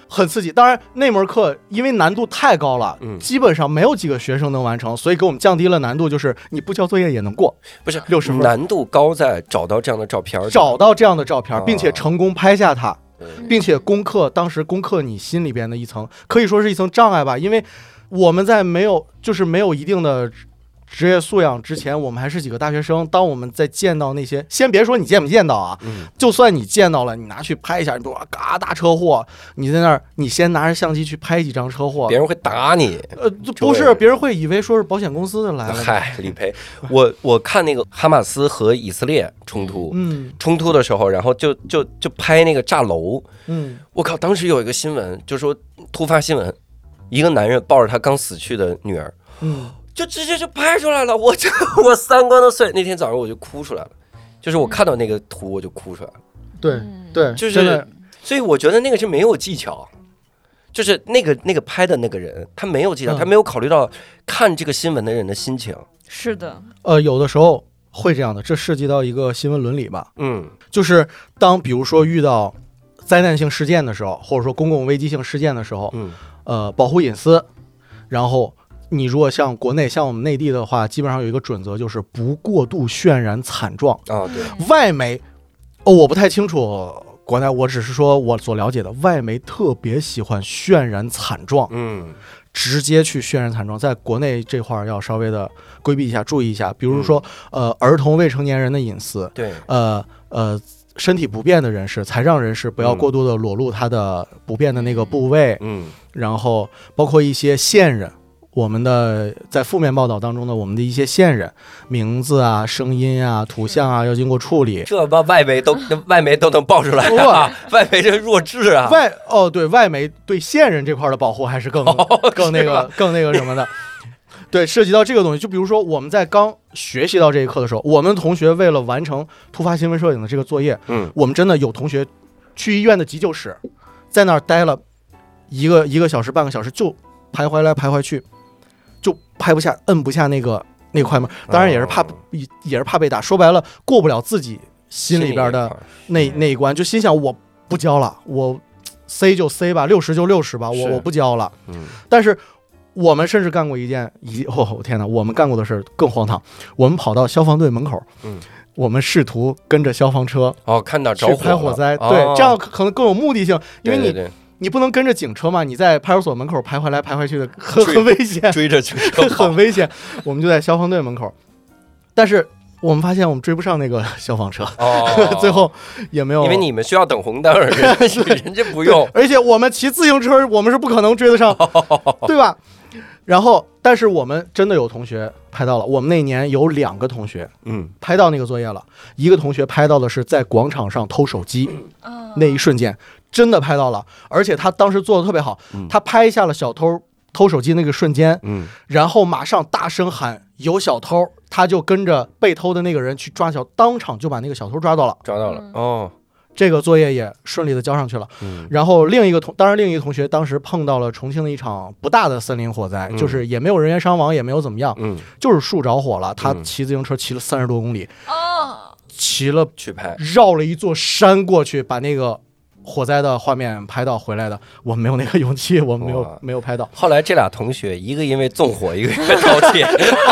很刺激。当然那门课因为难度太高了，基本上没有几个学生能完成，所以给我们降低了难度，就是你不交作业也能过。 不是 60分， 难度高在找到这样的照片， 并且成功拍下它，并且当时攻克你心里边的一层，可以说是一层障碍吧，因为我们在没有一定的职业素养之前，我们还是几个大学生。当我们在见到那些，先别说你见不见到啊，就算你见到了，你拿去拍一下，你比如说嘎大车祸，你在那儿，你先拿着相机去拍几张车祸， 别人会打你。 不是，别人会以为说是保险公司的来了。 嗨，理赔。我看那个哈马斯和以色列冲突的时候，然后就拍那个炸楼。我靠，当时有一个新闻，就说突发新闻，一个男人抱着他刚死去的女儿，就直接就拍出来了，我三观都碎。那天早上我就哭出来了，就是我看到那个图我就哭出来了。 对， 就是所以我觉得那个是没有技巧，就是那个拍的那个人他没有技巧，他没有考虑到看这个新闻的人的心情。 是的， 有的时候会这样的，这涉及到一个新闻伦理吧。就是当比如说遇到灾难性事件的时候，或者说公共危机性事件的时候，保护隐私，然后。你如果像国内像我们内地的话，基本上有一个准则，就是不过度渲染惨状。 对， 外媒，我不太清楚国内，我只是说我所了解的，外媒特别喜欢渲染惨状，直接去渲染惨状，在国内这块要稍微的规避一下，注意一下。比如说，儿童未成年人的隐私， 对， 身体不便的人士、残障人士不要过度的裸露他的不便的那个部位，然后包括一些线人。我们的在负面报道当中的我们的一些线人名字啊、声音啊、图像啊要经过处理， 这把外媒都能爆出来啊！外媒这弱智啊！ 对外媒对线人这块的保护还是更那个什么的。对，涉及到这个东西，就比如说我们在刚学习到这一课的时候，我们同学为了完成突发新闻摄影的这个作业，我们真的有同学去医院的急救室，在那儿待了一个小时、半个小时，就徘徊来徘徊去。就拍不下，摁不下那个快门，当然也是怕被打。说白了，过不了自己心里边的那一关，就心想我不交了，我塞就塞吧，60就60吧，我不交了。但是我们甚至干过天哪，我们干过的事更荒唐。我们跑到消防队门口，我们试图跟着消防车看到着火去拍火灾，对，这样可能更有目的性，因为你不能跟着警车嘛，你在派出所门口徘徊来徘徊去的，很危险， 追着警车很危险。我们就在消防队门口，但是我们发现我们追不上那个消防车，最后也没有， 因为你们需要等红灯，人家不用， 而且我们骑自行车，我们是不可能追得上，对吧？然后，但是我们真的有同学拍到了，我们那年有2个同学，拍到那个作业了。一个同学拍到的是在广场上偷手机，那一瞬间真的拍到了，而且他当时做的特别好，他拍下了小偷偷手机那个瞬间，然后马上大声喊有小偷，他就跟着被偷的那个人去抓当场就把那个小偷抓到了。这个作业也顺利的交上去了。然后另一个同学当时碰到了重庆的一场不大的森林火灾，就是也没有人员伤亡，也没有怎么样，就是树着火了，他骑自行车骑了30多公里，骑了去拍， 绕了一座山过去，把那个火灾的画面拍到回来的。我们没有那个勇气，我们没有拍到。 后来这俩同学，一个因为纵火，一个因为盗窃。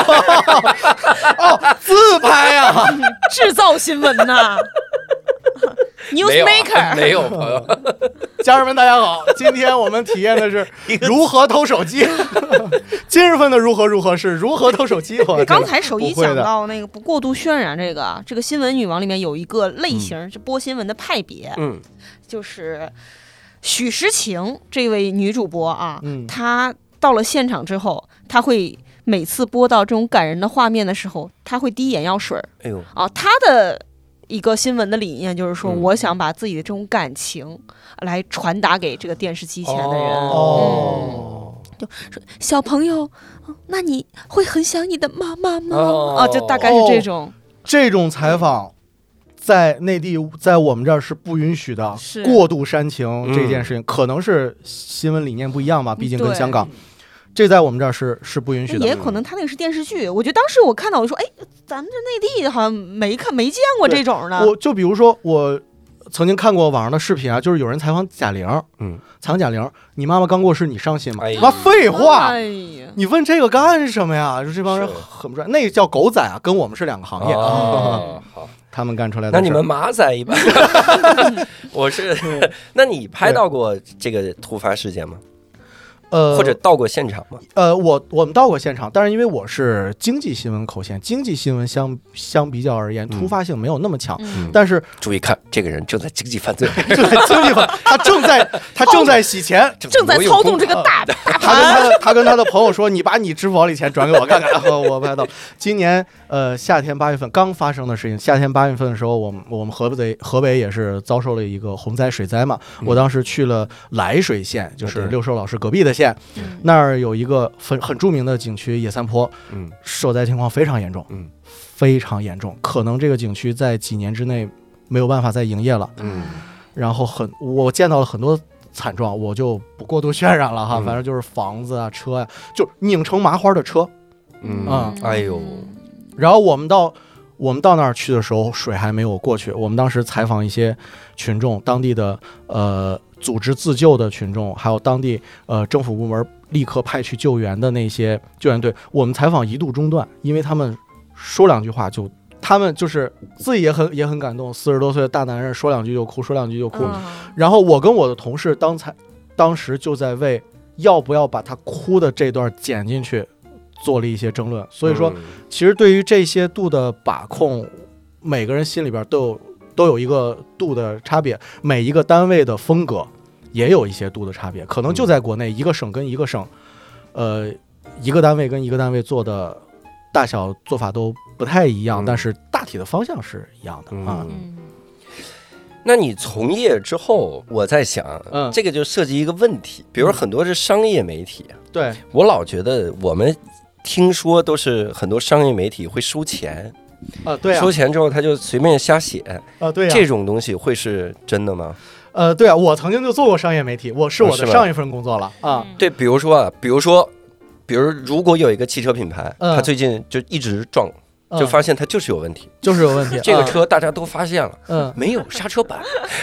自拍啊， 制造新闻呐。Newsmaker 没有朋友， 家人们大家好，今天我们体验的是如何偷手机。今日份的如何是如何偷手机。 刚才手一讲到那个不过度渲染这个新闻女王里面有一个类型，是播新闻的派别，就是许时晴这位女主播啊，她到了现场之后，她会每次播到这种感人的画面的时候，她会滴眼药水。她的一个新闻的理念就是说，我想把自己的这种感情来传达给这个电视机前的人。就说小朋友，那你会很想你的妈妈吗？就大概是这种。 这种采访在内地，在我们这儿是不允许的。过度煽情这件事情，可能是新闻理念不一样吧，毕竟跟香港。这在我们这儿是不允许的， 也可能他那个是电视剧。我觉得当时我看到，我说，咱们这内地好像没见过这种的。 就比如说我曾经看过网上的视频啊，就是有人采访贾玲，采访贾玲，你妈妈刚过世，你伤心吗？妈废话，你问这个干什么呀？就这帮人很不专业，那个叫狗仔啊，跟我们是2个行业。好，他们干出来的。 那你们马仔一般。我是，那你拍到过这个突发事件吗？或者到过现场吗？ 我们到过现场，但是因为我是经济新闻口线，经济新闻相比较而言，突发性没有那么强。但是注意看，这个人正在经济犯罪， 正在经济犯，他正在洗钱， 正在操纵这个大盘。他跟他的朋友说：“你把你支付宝里钱转给我看看。”我拍到今年夏天8月份刚发生的事情。夏天8月份的时候，我们河北也是遭受了一个洪灾水灾嘛。我当时去了涞水县，就是六兽老师隔壁的县。那儿有一个很著名的景区野三坡，受灾情况非常严重，非常严重，可能这个景区在几年之内没有办法再营业了。然后我见到了很多惨状，我就不过度渲染了哈，反正就是房子啊、车啊，就拧成麻花的车。 哎呦， 然后我们到那儿去的时候，水还没有过去。我们当时采访一些群众，当地的组织自救的群众，还有当地政府部门立刻派去救援的那些救援队。我们采访一度中断，因为他们说2句话他们就是自己也很感动，40多岁的大男人说2句就哭，说2句就哭。然后我跟我的同事当时就在为要不要把他哭的这段剪进去做了一些争论。所以说，其实对于这些度的把控，每个人心里边都有一个度的差别，每一个单位的风格也有一些度的差别，可能就在国内一个省跟一个省，一个单位跟一个单位做的大小做法都不太一样，但是大体的方向是一样的啊。 那你从业之后，我在想，这个就涉及一个问题，比如很多是商业媒体， 对， 我老觉得我们听说都是很多商业媒体会收钱。 对啊， 收钱之后他就随便瞎写对啊， 这种东西会是真的吗？ 对啊，我曾经就做过商业媒体，我是我的上一份工作了啊。 对，比如如果有一个汽车品牌，他最近就一直撞，就发现它就是有问题，这个车大家都发现了，没有刹车板。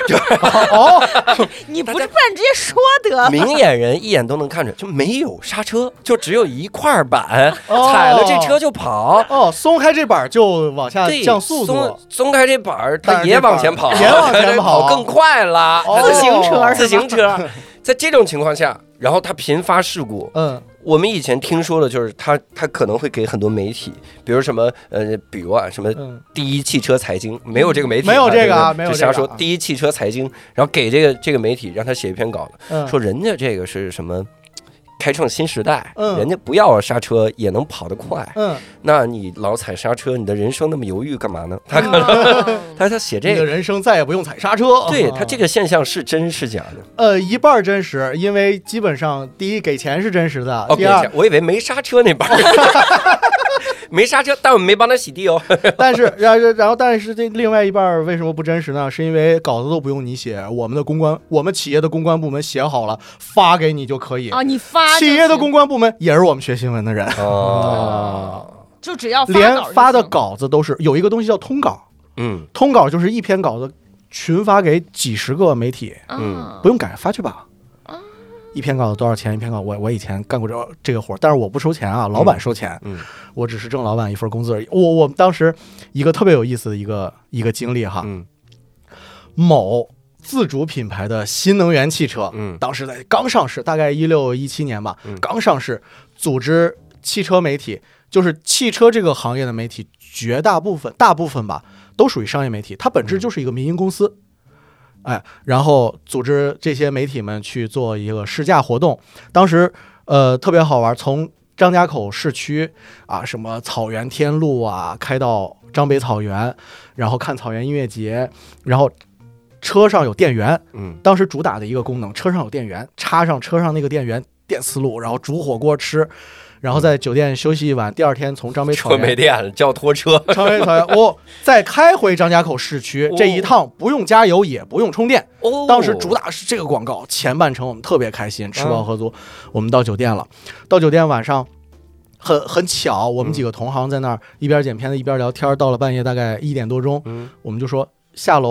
你不然直接说得了。 明眼人一眼都能看出来，就没有刹车，就只有一块板，踩了这车就跑。 松开这板就往下降速度， 松开这板它也往前跑，更快了。自行车，在这种情况下，然后它频发事故。我们以前听说的就是他可能会给很多媒体，比如什么什么第一汽车财经，没有这个媒体， 没有这个啊，没有就瞎说第一汽车财经，然后给这个媒体让他写一篇稿子，说人家这个是什么开创新时代，人家不要刹车也能跑得快，那你老踩刹车，你的人生那么犹豫干嘛呢？他可能他写这个， 你的人生再也不用踩刹车。 对，他这个现象是真是假的？ 一半真实，因为基本上第一给钱是真实的，第二我以为没刹车那半没刹车，但我没帮他洗地哦。 但是这另外一半为什么不真实呢？是因为稿子都不用你写，我们企业的公关部门写好了发给你就可以你发企业的公关部门也是我们学新闻的人就只要连发的稿子都是有一个东西叫通稿，通稿就是一篇稿子群发给几十个媒体，不用改，发去吧。一篇稿子多少钱？一篇稿我以前干过这个活，但是我不收钱啊，老板收钱，我只是挣老板一份工资而已。我们当时一个特别有意思的一个经历哈，某自主品牌的新能源汽车，当时刚上市，大概16、17年吧，刚上市，组织汽车媒体，就是汽车这个行业的媒体，大部分吧，都属于商业媒体，它本质就是一个民营公司。然后组织这些媒体们去做一个试驾活动，当时特别好玩，从张家口市区啊，什么草原天路啊，开到张北草原，然后看草原音乐节，然后车上有电源，当时主打的一个功能，车上有电源，插上车上那个电源，电磁炉，然后煮火锅吃。然后在酒店休息一晚，第二天从张北草原车没电了，叫拖车。 张北草原，再开回张家口市区，这一趟不用加油也不用充电。当时主打是这个广告，前半程我们特别开心，吃饱喝足，我们到酒店了。到酒店晚上很巧，我们几个同行在那儿一边剪片子一边聊天，到了半夜大概1点多钟，我们就说下楼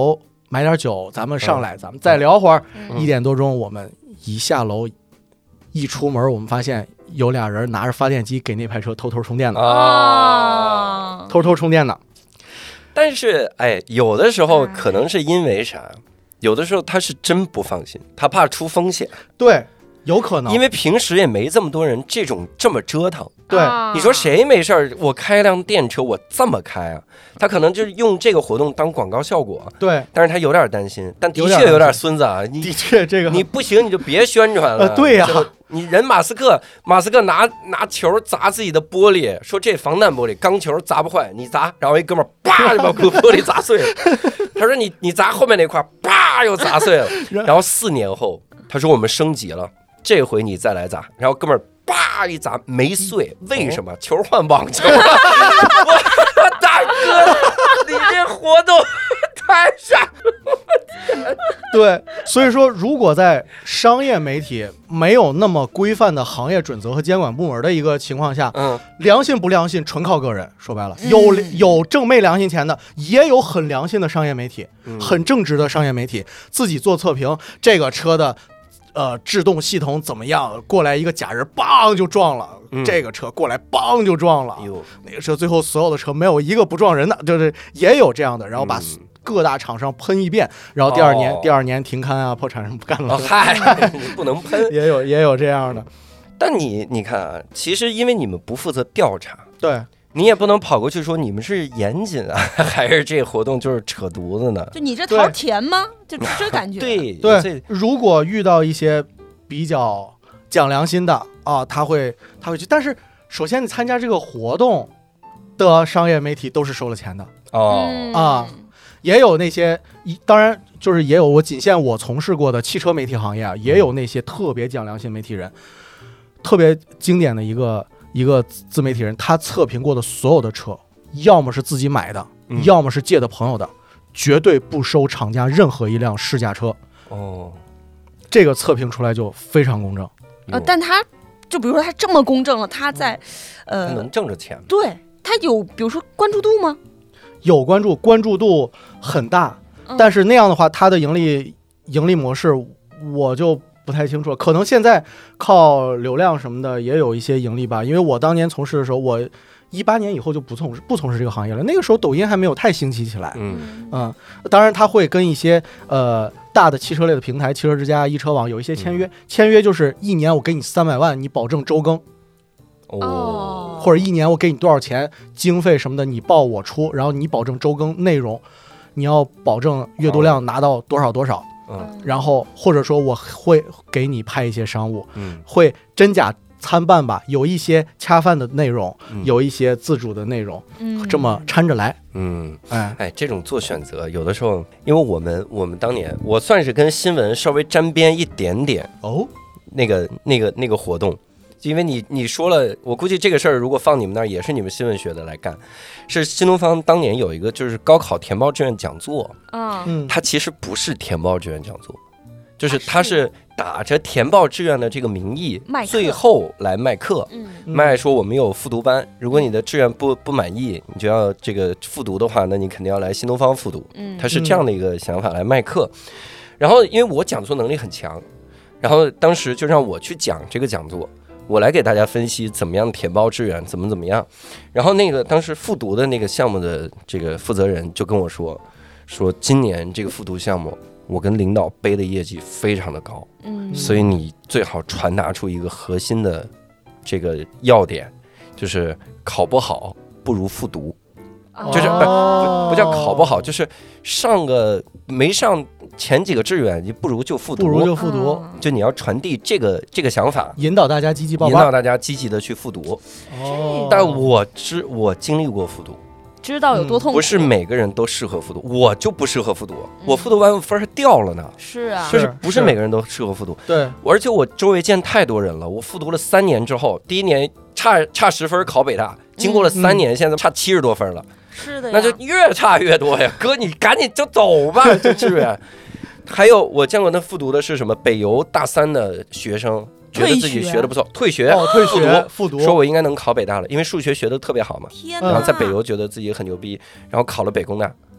买点酒，咱们上来，咱们再聊会儿。1点多钟，我们一下楼，一出门，我们发现有俩人拿着发电机给那排车偷偷充电的偷偷充电的。 但是，有的时候可能是因为啥？有的时候他是真不放心，他怕出风险。 对。有可能， 因为平时也没这么多人这么折腾。 对， 你说谁没事儿？我开辆电车，我这么开啊？他可能就是用这个活动当广告效果。 对， 但是他有点担心，但的确有点孙子啊。 的确，这个你不行，你就别宣传了。 对呀， 你人马斯克拿球砸自己的玻璃，说这防弹玻璃，钢球砸不坏，你砸，然后一哥们儿叭就把玻璃砸碎了。他说你砸后面那块，叭又砸碎了。然后4年后，他说我们升级了。这回你再来砸，然后哥们儿叭一砸没碎，为什么？球换网球了！我大哥，你这活动太傻。 对，所以说，如果在商业媒体没有那么规范的行业准则和监管部门的一个情况下，良心不良心纯靠个人。说白了，有挣没良心钱的，也有很良心的商业媒体，很正直的商业媒体，自己做测评，这个车的。制动系统怎么样？过来一个假人，梆就撞了。这个车过来，梆就撞了。那个车最后所有的车没有一个不撞人的，就是也有这样的。然后把各大厂商喷一遍，然后第二年停刊啊，破产什么不干了。 嗨，你不能喷。 也有这样的。 但你看啊，其实因为你们不负责调查， 对。 你也不能跑过去说你们是严谨啊，还是这活动就是扯犊子呢？ 就你这桃甜吗？就这感觉。 对，如果遇到一些比较讲良心的啊，他会去。但是首先你参加这个活动的商业媒体都是收了钱的也有那些，当然就是也有我仅限我从事过的汽车媒体行业啊，也有那些特别讲良心媒体人，特别经典的一个自媒体人，他测评过的所有的车，要么是自己买的，要么是借的朋友的，绝对不收厂家任何一辆试驾车。这个测评出来就非常公正。 但他就比如说他这么公正了，他在他能挣着钱。 对，他有比如说关注度吗？ 有关注度很大，但是那样的话，他的盈利模式我就不太清楚，可能现在靠流量什么的也有一些盈利吧。因为我当年从事的时候，我18年以后就不从事这个行业了。那个时候抖音还没有太兴起起来。当然他会跟一些大的汽车类的平台，汽车之家、一车网有一些签约就是1年我给你300万，你保证周更。或者1年我给你多少钱经费什么的，你报我出，然后你保证周更内容，你要保证阅读量拿到多少。然后或者说我会给你拍一些商务，会真假参半吧，有一些恰饭的内容，有一些自主的内容，这么掺着来。 这种做选择有的时候，因为我们当年我算是跟新闻稍微沾边一点点那个活动。因为你说了，我估计这个事儿如果放你们那儿，也是你们新闻学的来干。是新东方当年有一个就是高考填报志愿讲座，它其实不是填报志愿讲座，就是它是打着填报志愿的这个名义，最后来卖课，卖说我们有复读班，如果你的志愿不满意，你就要这个复读的话，那你肯定要来新东方复读。它是这样的一个想法来卖课。然后因为我讲座能力很强，然后当时就让我去讲这个讲座。我来给大家分析怎么样填报志愿，怎么样。然后那个当时复读的那个项目的这个负责人就跟我说今年这个复读项目我跟领导背的业绩非常的高，所以你最好传达出一个核心的这个要点，就是考不好不如复读。就是不叫考不好，就是没上前几个志愿，你不如就复读，就你要传递这个想法， 引导大家积极报班， 引导大家积极的去复读。但我经历过复读， 知道有多痛苦。 不是每个人都适合复读，我就不适合复读，我复读完分还掉了呢。 是啊， 就是不是每个人都适合复读。 对， 而且我周围见太多人了，我复读了3年之后，第1年差10分考北大，经过了3年，现在差70多分了。 是的， 那就越差越多呀！哥，你赶紧就走吧，这志愿。还有我见过那复读的是什么？北邮大3的学生觉得自己学的不错，退学复读，说我应该能考北大了，因为数学学的特别好嘛。 天哪！ 然后在北邮觉得自己很牛逼，然后考了北工大。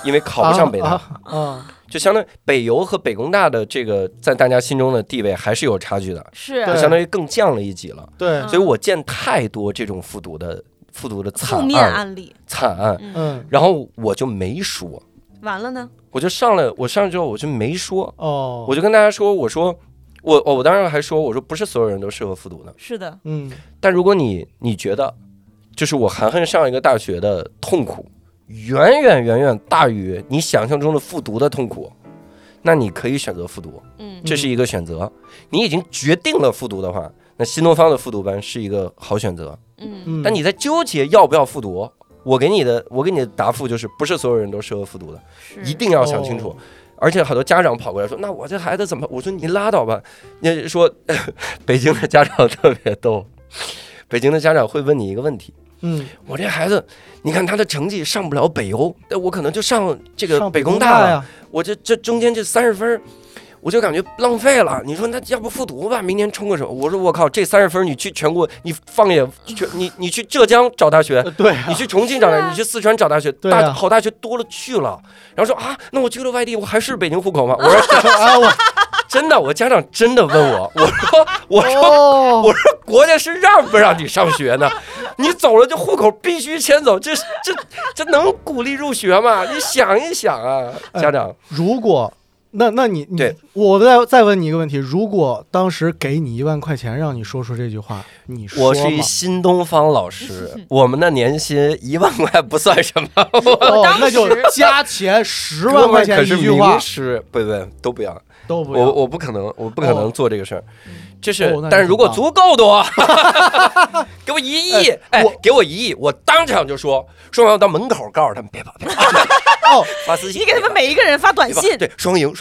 因为考不上北大就相当于北邮和北工大的这个在大家心中的地位还是有差距的， 是就相当于更降了一级了。 对， 所以我见太多这种复读的惨负面案例、 惨案，然后我就没说。 完了呢？ 我上去之后我就没说，我就跟大家说，我说我当时还说，我说不是所有人都适合复读的， 是的， 但如果你觉得，就是我韩寒上一个大学的痛苦，远远大于你想象中的复读的痛苦，那你可以选择复读，这是一个选择。你已经决定了复读的话，那新东方的复读班是一个好选择，但你在纠结要不要复读。我给你的答复就是，不是所有人都适合复读的，一定要想清楚。而且很多家长跑过来说：“那我这孩子怎么？”我说：“你拉倒吧。”你说，北京的家长特别逗，北京的家长会问你一个问题：“我这孩子，你看他的成绩上不了北邮，我可能就上这个北工大了。我这中间这30分。”我就感觉浪费了。你说那要不复读吧，明年冲个什么？我说我靠，这30分你去全国，你放眼你去浙江找大学， 对， 你去重庆找大学，你去四川找大学，好大学多了去了。然后说啊，那我去了外地，我还是北京户口吗？我说真的，我家长真的问我说国家是让不让你上学呢？你走了这户口必须迁走，这能鼓励入学吗？你想一想啊，家长， 如果。那你对， 我再问你一个问题：如果当时给你1万块钱，让你说出这句话，你说吗？ 我是一新东方老师，我们的年薪1万块不算什么， 那就加钱10万块钱一句话， 不都不要。我不可能做这个事儿，但是如果足够多，给我1亿，给我1亿，我当场就说完我到门口告诉他们别跑，发私信， 你给他们每一个人发短信， 对，双赢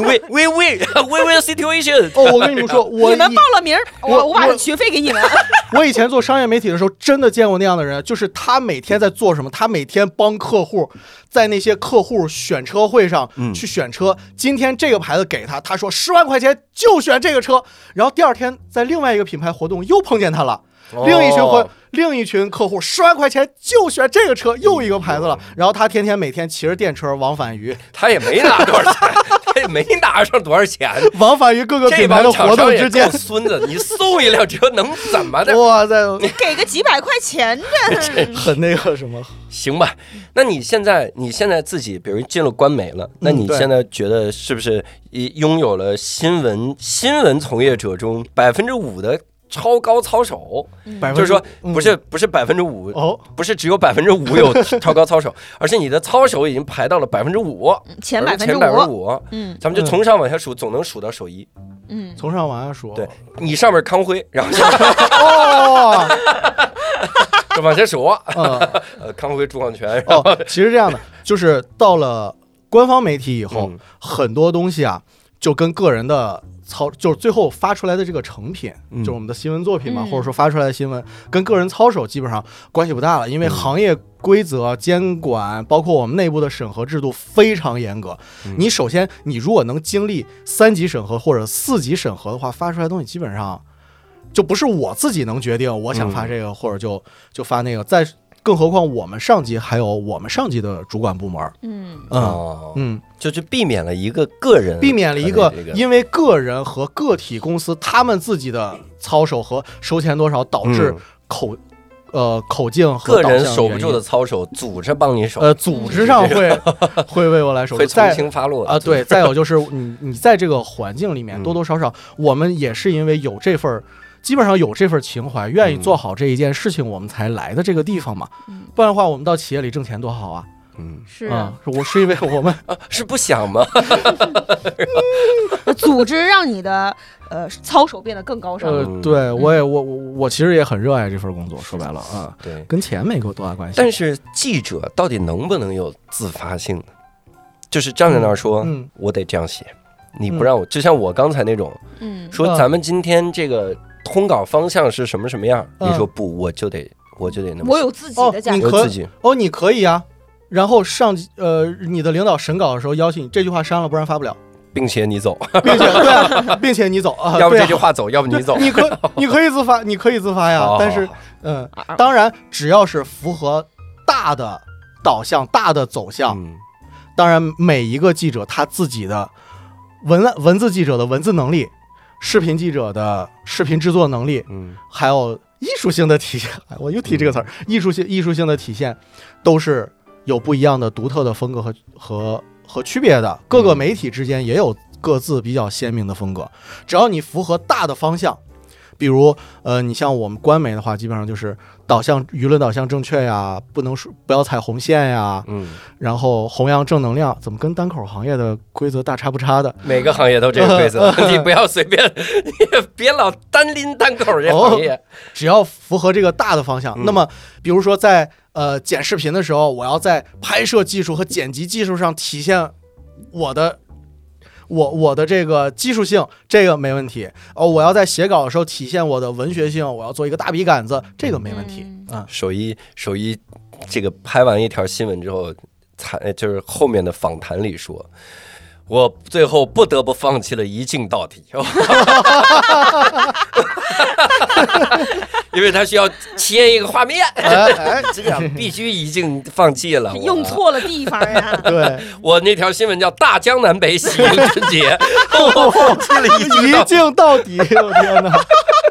，win situation。 我跟你们说， 你们报了名，我把学费给你们。 我以前做商业媒体的时候，真的见过那样的人，就是他每天在做什么？他每天帮客户在那些客户选车会上去选车，今天这个牌子给他说10万块钱就选这个车，然后第二天在另外一个品牌活动又碰见他了，另一群客户10万块钱就选这个车，又一个牌子了，然后他每天骑着电车往返于， 他也没拿多少钱，他也没拿上多少钱， 往返于各个品牌的活动之间。 孙子，你送一辆车能怎么的？ 哇塞， 你给个几百块钱的， 很那个什么？ 行吧，那你现在自己，比如进了官媒了，那你现在觉得是不是拥有了新闻从业者中5%的超高操守？就是说不是5%，不是只有5%有超高操守，而是你的操守已经排到了5%， 前 5%。咱们就从上往下数，总能数到首1。 从上往下数， 对，你上面康辉，然后就往下数，康辉、朱广权。 其实这样的，就是到了官方媒体以后，很多东西啊，就跟个人的就是最后发出来的这个成品，就是我们的新闻作品嘛，或者说发出来的新闻，跟个人操守基本上关系不大了，因为行业规则、监管，包括我们内部的审核制度非常严格。你首先，你如果能经历3级审核或者4级审核的话，发出来的东西基本上就不是我自己能决定，我想发这个或者就发那个。更何况我们上级还有我们上级的主管部门， 就避免了一个个人， 因为个人和个体公司他们自己的操守和收钱多少导致口径和个人守不住的操守，组织帮你守， 组织上会为我来守， 会从轻发落啊。对，再有就是你在这个环境里面多多少少，我们也是因为有这份。基本上有这份情怀，愿意做好这一件事情，我们才来的这个地方嘛。不然的话，我们到企业里挣钱多好啊。 是我是因为我们是不想吗？ 组织让你的操守变得更高尚。 对，我其实也很热爱这份工作。说白了啊， 对， 跟钱没多大关系。 但是记者到底能不能有自发性呢？就是站在那儿说，我得这样写，你不让我，就像我刚才那种，说咱们今天这个。通稿方向是什么样？你说不，我就得那么。 我有自己的价值， 你可以啊。然后你的领导审稿的时候要求你这句话删了，不然发不了， 并且你走， 并且你走啊， 要不这句话走，要不你走。 你可以自发呀。但是当然只要是符合大的导向、大的走向。 当然每一个记者他自己的文字记者的文字能力，视频记者的视频制作能力，还有艺术性的体现，我又提这个词儿，艺术性的体现，都是有不一样的独特的风格和区别的。各个媒体之间也有各自比较鲜明的风格，只要你符合大的方向。比如你像我们官媒的话，基本上就是舆论导向正确呀，不要踩红线呀，然后弘扬正能量。怎么跟单口行业的规则大差不差的？ 每个行业都这个规则，你不要随便，你别老单拎单口这行业。 只要符合这个大的方向。那么比如说在剪视频的时候，我要在拍摄技术和剪辑技术上体现我的这个技术性，这个没问题。我要在写稿的时候体现我的文学性，我要做一个大笔杆子，这个没问题。 手一这个拍完一条新闻之后，就是后面的访谈里说，我最后不得不放弃了一镜到底，因为他需要切一个画面，这样必须一镜放弃了， 用错了地方呀。 对， 我那条新闻叫大江南北喜迎春节，我放弃了一镜到底，我天哪！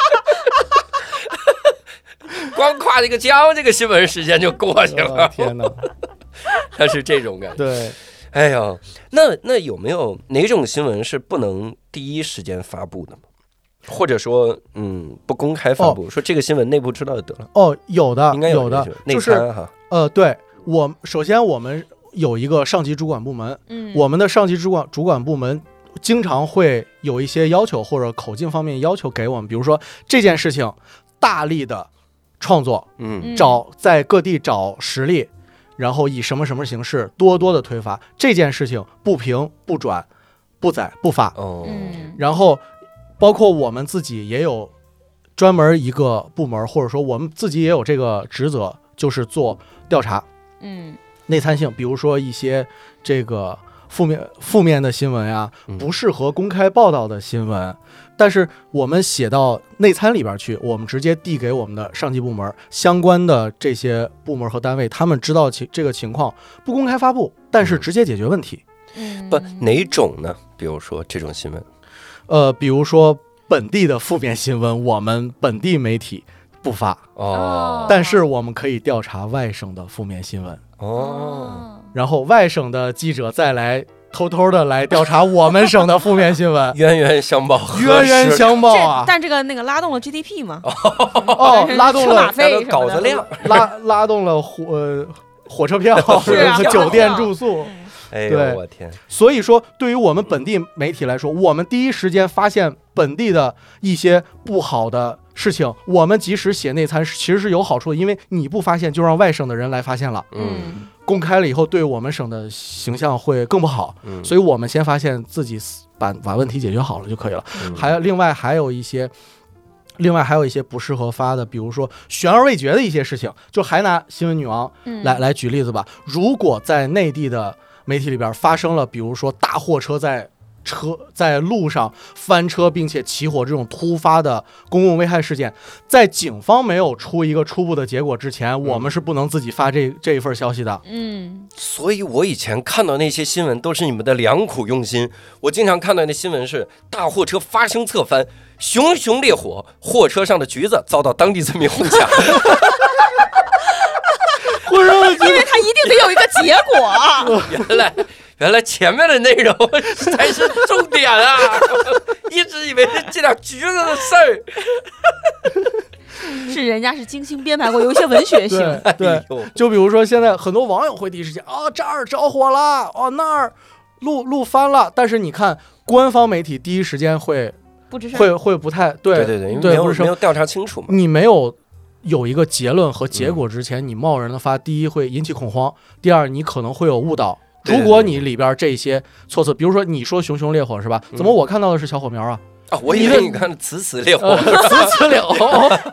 光跨这个江，这个新闻时间就过去了， 天哪！ 他是这种感觉。 对。 哎呦，那有没有哪种新闻是不能第一时间发布的吗？或者说，不公开发布，说这个新闻内部知道就得了。 有的， 应该有的， 内参哈。 对，首先我们有一个上级主管部门，我们的上级主管部门经常会有一些要求或者口径方面要求给我们，比如说这件事情大力的创作，在各地找实力。然后以什么什么形式多的推发这件事情，不评不转不载不发。然后包括我们自己也有专门一个部门，或者说我们自己也有这个职责，就是做调查，内参性，比如说一些这个负面的新闻呀，不适合公开报道的新闻。但是我们写到内参里边去，我们直接递给我们的上级部门，相关的这些部门和单位，他们知道这个情况，不公开发布，但是直接解决问题。 哪种呢？比如说这种新闻， 比如说本地的负面新闻，我们本地媒体不发但是我们可以调查外省的负面新闻然后外省的记者再来偷偷的来调查我们省的负面新闻， 冤冤相报啊！ 但这个拉动了 GDP 嘛？ 拉动了稿子量， 拉动了火车票和酒店住宿。 哎呦我天！ 所以说，对于我们本地媒体来说，我们第一时间发现本地的一些不好的事情，我们即使写内参其实是有好处的，因为你不发现就让外省的人来发现了，公开了以后对我们省的形象会更不好，所以我们先发现自己把问题解决好了就可以了。另外还有一些不适合发的，比如说悬而未决的一些事情，就还拿新闻女王来举例子吧。如果在内地的媒体里边发生了，比如说大货车在路上翻车并且起火这种突发的公共危害事件，在警方没有出一个初步的结果之前，我们是不能自己发这一份消息的。 所以我以前看到那些新闻都是你们的良苦用心。我经常看到那新闻是大货车发生侧翻，熊熊烈火，货车上的橘子遭到当地村民哄抢。 因为它一定得有一个结果。 原来前面的内容才是重点啊！一直以为是这点橘子的事儿， 是人家是精心编排过，有一些文学性。 对，就比如说现在很多网友会第一时间这儿着火了，那儿路翻了，但是你看官方媒体第一时间会不太对， 因为没有调查清楚嘛， 你没有一个结论和结果之前，你贸然的发，第一会引起恐慌，第二你可能会有误导。如果你里边这些措辞，比如说你说熊熊烈火是吧？怎么我看到的是小火苗啊？ 我以为你看的呲呲烈火， 呲呲柳。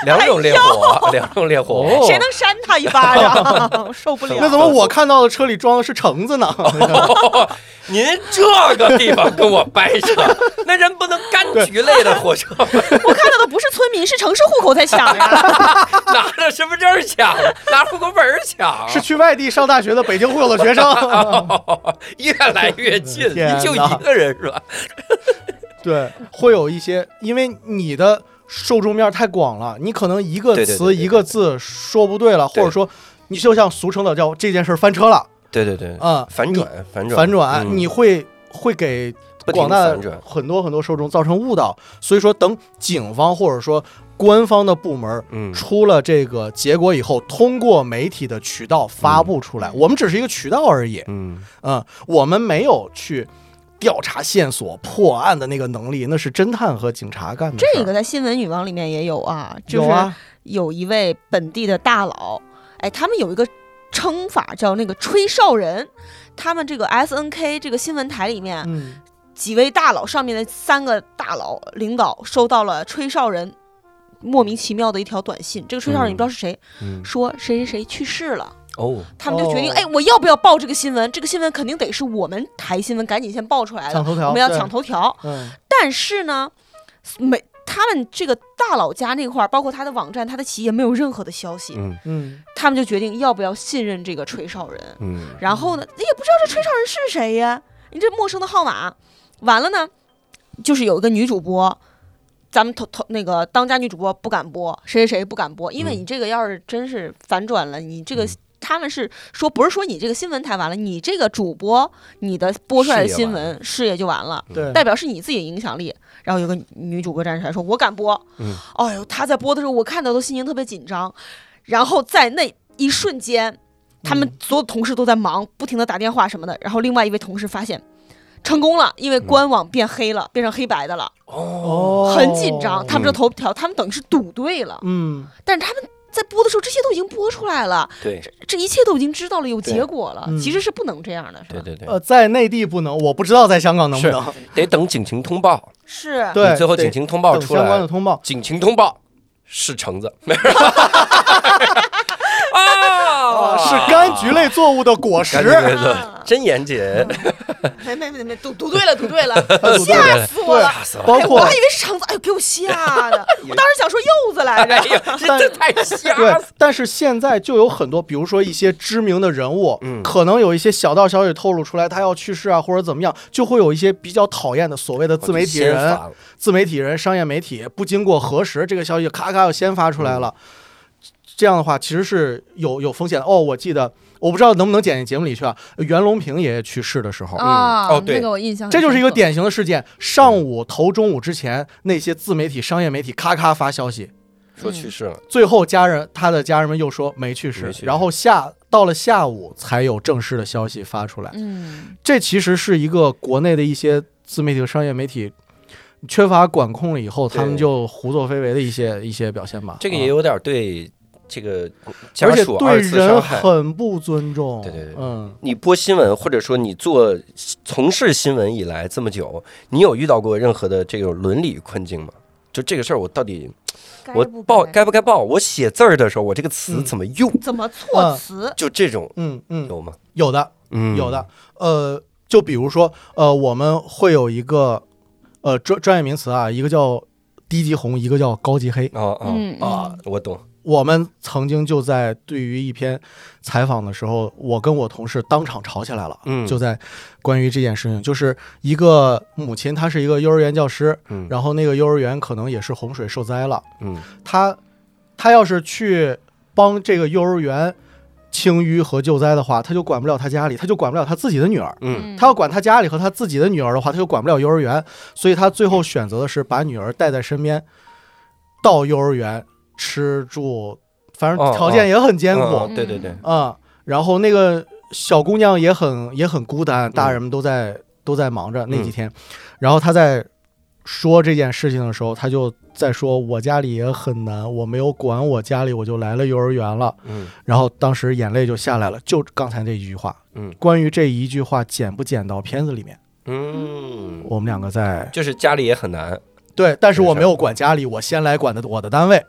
两种烈火，两种烈火， 谁能扇他一巴掌？受不了。 那怎么我看到的车里装的是橙子呢？ 您这个地方跟我掰扯，那人不能柑橘类的火车。我看到的不是村民，是城市户口在抢呀。 拿着身份证抢，拿户口本抢， 是去外地上大学的北京户口的学生。 越来越近，就一个人是吧？ 对，会有一些，因为你的受众面太广了，你可能一个词一个字说不对了，或者说你就像俗称的叫这件事翻车了。 对对对，反转， 你会给广大很多受众造成误导。所以说，等警方或者说官方的部门出了这个结果以后，通过媒体的渠道发布出来，我们只是一个渠道而已。我们没有去调查线索破案的那个能力，那是侦探和警察干的。 这个在新闻女王里面也有啊，就是有一位本地的大佬，他们有一个称法叫那个吹哨人。他们这个 SNK 这个新闻台里面，几位大佬上面的3个大佬领导收到了吹哨人莫名其妙的一条短信。这个吹哨人你不知道是谁，说谁谁谁去世了。他们就决定，我要不要报这个新闻？这个新闻肯定得是我们台新闻赶紧先报出来的，我们要抢头条。但是呢，他们这个大佬家那块儿，包括他的网站、他的企业没有任何的消息。他们就决定要不要信任这个吹哨人。然后呢，也不知道这吹哨人是谁呀？你这陌生的号码。完了呢，就是有一个女主播，咱们那个当家女主播不敢播，谁谁谁不敢播，因为你这个要是真是反转了，你这个。他们是说，不是说你这个新闻台完了，你这个主播，你的播出来的新闻事业就完了，代表是你自己的影响力。然后有个女主播站出来说，我敢播。哎呦，她在播的时候，我看到都心情特别紧张。然后在那一瞬间，他们所有同事都在忙，不停的打电话什么的。然后另外一位同事发现成功了，因为官网变黑了，变成黑白的了。很紧张，他们这头条，他们等于是赌对了。但是他们在播的时候，这些都已经播出来了，这一切都已经知道了，有结果了。其实是不能这样的，是吧？ 对。 在内地不能，我不知道在香港能不能， 得等警情通报。 是， 对， 最后警情通报出来， 相关的通报， 警情通报是橙子， 是柑橘类作物的果实。 真严谨。 没，赌对了，吓死我了！ 包括我还以为是橙子，给我吓的！我当时想说柚子来着， 这太吓死。对，但是现在就有很多，比如说一些知名的人物，可能有一些小道消息透露出来，他要去世啊，或者怎么样，就会有一些比较讨厌的所谓的自媒体人、商业媒体，不经过核实，这个消息咔要先发出来了。这样的话其实是有风险的。我记得，我不知道能不能剪进节目里去啊。袁隆平爷爷去世的时候， 对，那个我印象很深刻， 这就是一个典型的事件。上午头中午之前，那些自媒体、商业媒体咔发消息说去世了， 最后他的家人们又说没去世，然后到了下午才有正式的消息发出来。这其实是一个国内的一些自媒体和商业媒体缺乏管控了以后，他们就胡作非为的一些表现吧。 这个也有点对这个家属而且对人很不尊重。 对，你播新闻或者说你从事新闻以来这么久，你有遇到过任何的这种伦理困境吗？就这个事儿，我到底该不该报？我写字儿的时候，我这个词怎么用？ 怎么措辞？ 就这种，有吗？ 有的，有的。就比如说，我们会有一个专业名词啊，一个叫低级红，一个叫高级黑。 我懂。 我们曾经就在对于一篇采访的时候，我跟我同事当场吵起来了。就在关于这件事情，就是一个母亲，她是一个幼儿园教师，然后那个幼儿园可能也是洪水受灾了。她要是去帮这个幼儿园清淤和救灾的话，他就管不了他家里，他就管不了他自己的女儿。他要管他家里和他自己的女儿的话，他就管不了幼儿园，所以他最后选择的是把女儿带在身边，到幼儿园吃住，反正条件也很艰苦。 对， 然后那个小姑娘也很孤单，大人们都在忙着那几天。然后他在说这件事情的时候，他就在说，我家里也很难，我没有管我家里，我就来了幼儿园了。然后当时眼泪就下来了，就刚才这一句话。关于这一句话剪不剪到片子里面？我们两个就是家里也很难。 对，但是我没有管家里，我先来管的我的单位。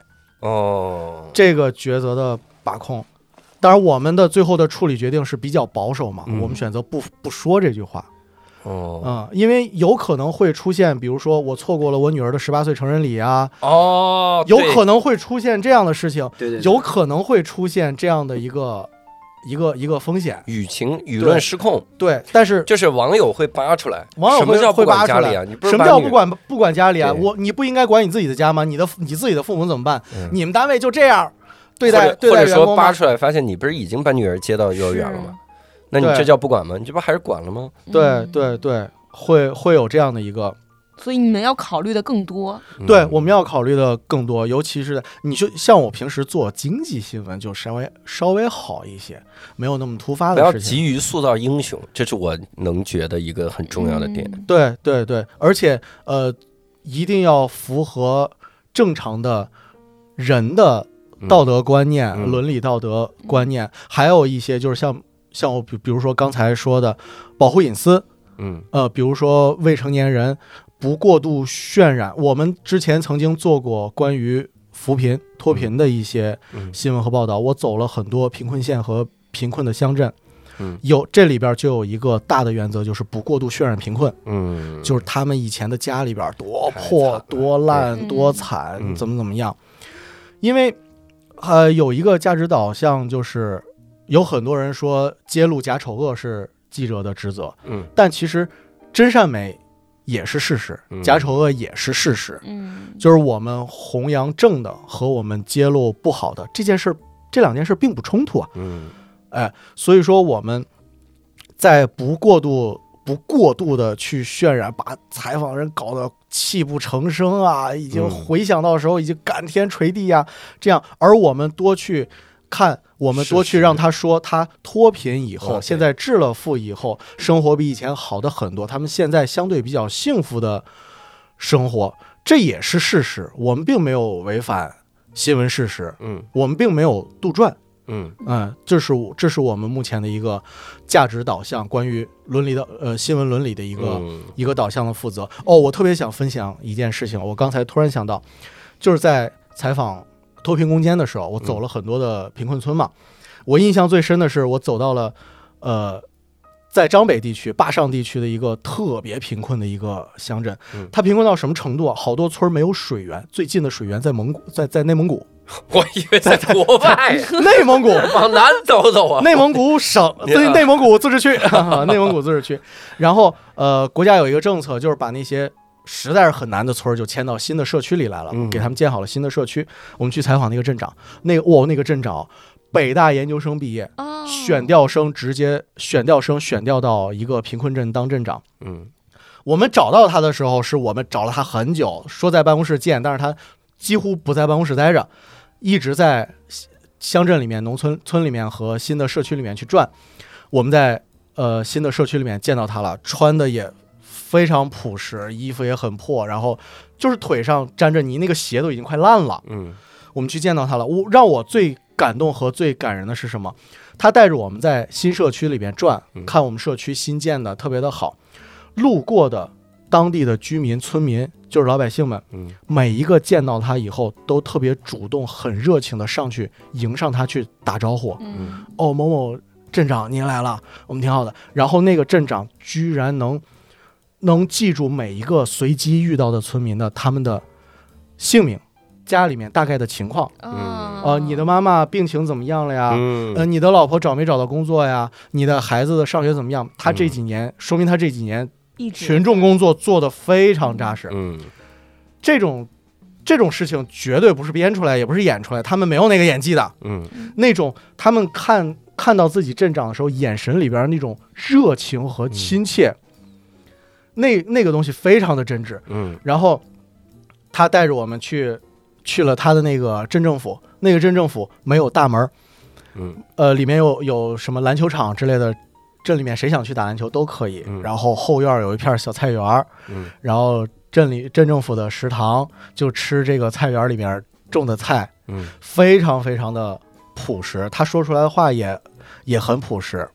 这个抉择的把控。当然我们的最后的处理决定是比较保守嘛，我们选择不说这句话。因为有可能会出现，比如说我错过了我女儿的18岁成人礼啊，有可能会出现这样的事情， 对， 有可能会出现这样的一个风险， 舆论失控。 对，但是就是网友会扒出来， 网友什么叫不管家里啊？你不是什么叫不管家里啊？你不应该管你自己的家吗？你自己的父母怎么办？你们单位就这样对待员工吗？ 或者说扒出来发现你不是已经把女儿接到幼儿园了吗？那你这叫不管吗？你这不还是管了吗？ 对，会有这样的一个。 所以你们要考虑的更多。 对，我们要考虑的更多，尤其是你就像我平时做经济新闻就稍微好一些，没有那么突发的事情。 不要急于塑造英雄，这是我能觉得一个很重要的点。 对，而且一定要符合正常的人的道德观念、伦理道德观念，还有一些就是像我比如说刚才说的保护隐私，比如说未成年人不过度渲染。我们之前曾经做过关于扶贫脱贫的一些新闻和报道，我走了很多贫困县和贫困的乡镇，这里边就有一个大的原则，就是不过度渲染贫困。就是他们以前的家里边多破多烂多惨，怎么样。因为有一个价值导向，就是有很多人说揭露假丑恶是记者的职责，但其实真善美也是事实，假丑恶也是事实，就是我们弘扬正的和我们揭露不好的这两件事并不冲突啊，所以说我们在不过度的去渲染，把采访人搞得泣不成声啊，已经回想到时候已经感天垂地啊，这样，而我们多去看，我们多去让他说他脱贫以后，现在致了富以后，生活比以前好的很多，他们现在相对比较幸福的生活，这也是事实，我们并没有违反新闻事实，我们并没有杜撰，这是我们目前的一个价值导向，关于伦理的新闻伦理的一个导向的负责。我特别想分享一件事情，我刚才突然想到，就是在采访脱贫攻坚的时候，我走了很多的贫困村嘛，我印象最深的是我走到了在张北地区坝上地区的一个特别贫困的一个乡镇，它贫困到什么程度啊？好多村没有水源，最近的水源在内蒙古。 我以为在国外， 内蒙古往南走啊， 内蒙古省，内蒙古自治区，内蒙古自治区。然后国家有一个政策，就是把那些实在是很难的村就迁到新的社区里来了，给他们建好了新的社区。我们去采访那个镇长，那个镇长北大研究生毕业，选调生选调到一个贫困镇当镇长。我们找到他的时候，是我们找了他很久，说在办公室见，但是他几乎不在办公室待着，一直在乡镇里面、农村里面和新的社区里面去转。我们在新的社区里面见到他了，穿的也非常朴实，衣服也很破，然后就是腿上沾着泥，那个鞋都已经快烂了。我们去见到他了。让我最感动和最感人的是什么？他带着我们在新社区里面转，看我们社区新建的特别的好，路过的当地的居民、村民，就是老百姓们，每一个见到他以后都特别主动、很热情的上去迎上他去打招呼。某某镇长您来了，我们挺好的。然后那个镇长居然能记住每一个随机遇到的村民的他们的姓名、家里面大概的情况。你的妈妈病情怎么样了呀？你的老婆找没找到工作呀？你的孩子的上学怎么样？他这几年，说明他这几年群众工作做得非常扎实。这种事情绝对不是编出来，也不是演出来，他们没有那个演技的。那种他们看到自己镇长的时候，眼神里边那种热情和亲切，那个东西非常的真挚。然后他带着我们去了他的那个镇政府，那个镇政府没有大门，里面有什么篮球场之类的，镇里面谁想去打篮球都可以。然后后院有一片小菜园，然后镇政府的食堂就吃这个菜园里面种的菜，非常非常的朴实。他说出来的话也很朴实。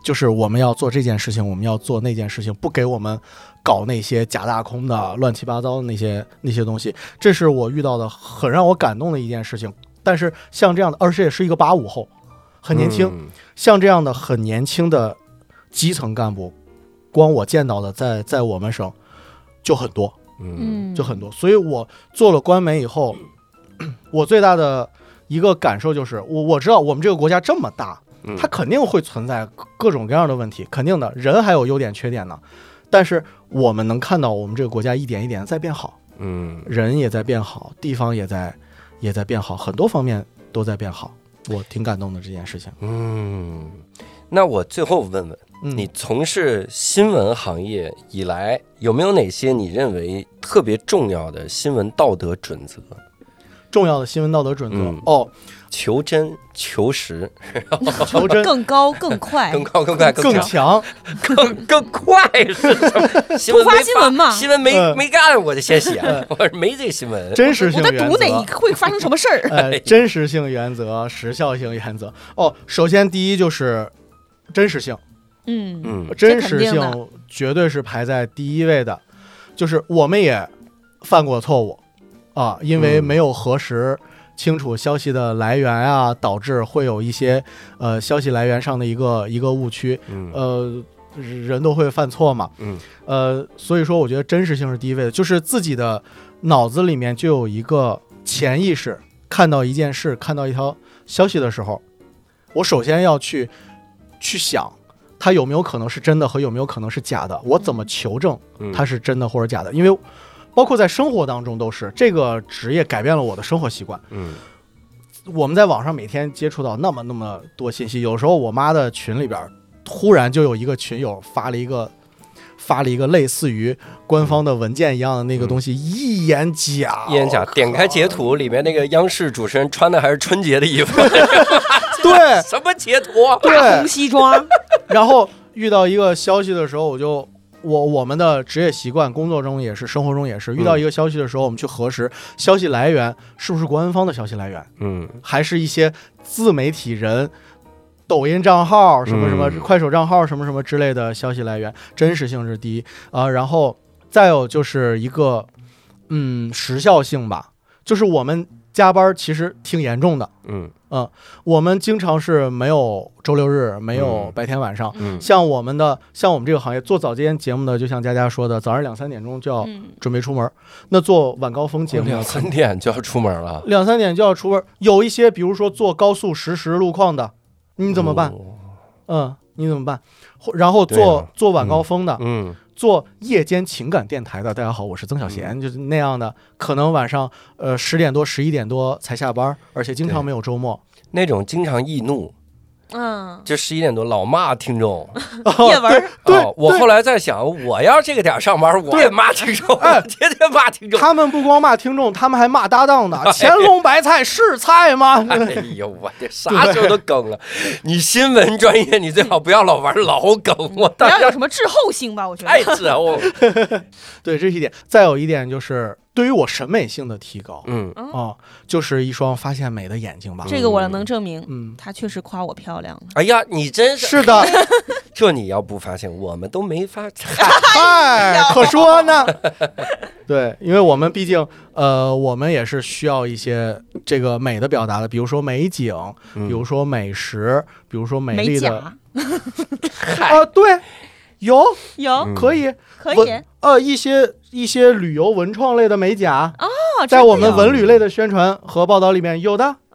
就是我们要做这件事情，我们要做那件事情，不给我们搞那些假大空的乱七八糟的那些东西。这是我遇到的很让我感动的一件事情。但是像这样的，而且也是一个85后，很年轻，像这样的很年轻的基层干部，光我见到的在我们省就很多，就很多。所以我做了官媒以后，我最大的一个感受就是，我知道我们这个国家这么大，它肯定会存在各种各样的问题，肯定的，人还有优点缺点呢。但是我们能看到我们这个国家一点一点在变好，人也在变好，地方也在变好，很多方面都在变好，我挺感动的这件事情。 那我最后问问，你从事新闻行业以来，有没有哪些你认为特别重要的新闻道德准则？ 重要的新闻道德准则， 求真、求实， 求真， 更高、更快、 更高、更快、 更强、 更快是什么？ 突发新闻嘛， 新闻没干我就先写，我没这新闻。 真实性原则， 我在读哪会发生什么事儿？ 真实性原则、时效性原则。首先第一就是真实性，真实性绝对是排在第一位的。就是我们也犯过错误因为没有核实清楚消息的来源啊，导致会有一些消息来源上的一个误区，人都会犯错嘛，所以说我觉得真实性是第一位的，就是自己的脑子里面就有一个潜意识，看到一件事，看到一条消息的时候，我首先要去想它有没有可能是真的和有没有可能是假的，我怎么求证它是真的或者假的，因为包括在生活当中都是，这个职业改变了我的生活习惯。我们在网上每天接触到那么多信息，有时候我妈的群里边突然就有一个群友发了一个类似于官方的文件一样的那个东西，一眼假， 点开截图，里面那个央视主持人穿的还是春节的衣服， 对， 什么截图？ 大红西装。 然后遇到一个消息的时候，我们的职业习惯，工作中也是，生活中也是，遇到一个消息的时候，我们去核实消息来源是不是官方的消息来源，还是一些自媒体人、抖音账号什么什么、快手账号什么什么之类的消息来源，真实性是第一然后再有就是一个时效性吧，就是我们加班其实挺严重的，我们经常是没有周六日，没有白天晚上，像我们这个行业做早间节目的，就像佳佳说的，早上2-3点钟就要准备出门，那做晚高峰节目 2-3点就要出门了 ，2-3点就要出门，有一些比如说做高速实时路况的，你怎么办？你怎么办？然后做晚高峰的，做夜间情感电台的，大家好，我是曾小贤，就是那样的，可能晚上10点多、11点多才下班，而且经常没有周末， 那种经常易怒。就11点多老骂听众， 叶文对， 我后来在想，我要这个点上班，我也骂听众，天天骂听众。 他们不光骂听众，他们还骂搭档呢。乾隆白菜是菜吗？ 哎呦，我这啥时候都梗了。你新闻专业，你最好不要老玩老梗， 不要有什么滞后性吧？我觉得太滞后。 对，这是一点。再有一点就是对于我审美性的提高，就是一双发现美的眼睛吧。 这个我能证明，他确实夸我漂亮。 哎呀，你真是的， 这你要不发现，我们都没发现。 可说呢。对，因为我们毕竟，我们也是需要一些这个美的表达的，比如说美景，比如说美食，比如说美丽的。对，有可以。一些旅游文创类的美甲在我们文旅类的宣传和报道里面有的，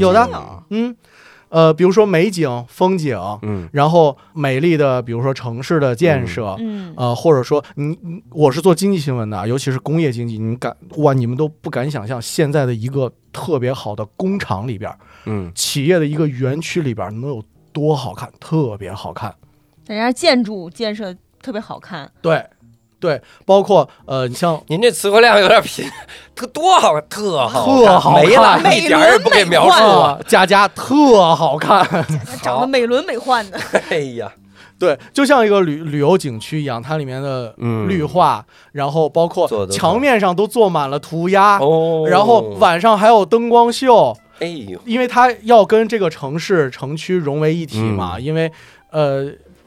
比如说美景、风景，然后美丽的，比如说城市的建设，或者说我是做经济新闻的，尤其是工业经济，你们都不敢想象，现在的一个特别好的工厂里边，企业的一个园区里边能有多好看，特别好看， 人家建筑建设特别好看， 对，包括你像您这词汇量有点贫，多好看，特好看， 没了，一点也不给描述。 佳特好看， 长得美轮美奂的。 哎呀， 对，就像一个旅游景区一样，它里面的绿化，然后包括墙面上都做满了涂鸦，然后晚上还有灯光秀。 哎呦， 因为它要跟这个城区融为一体嘛，因为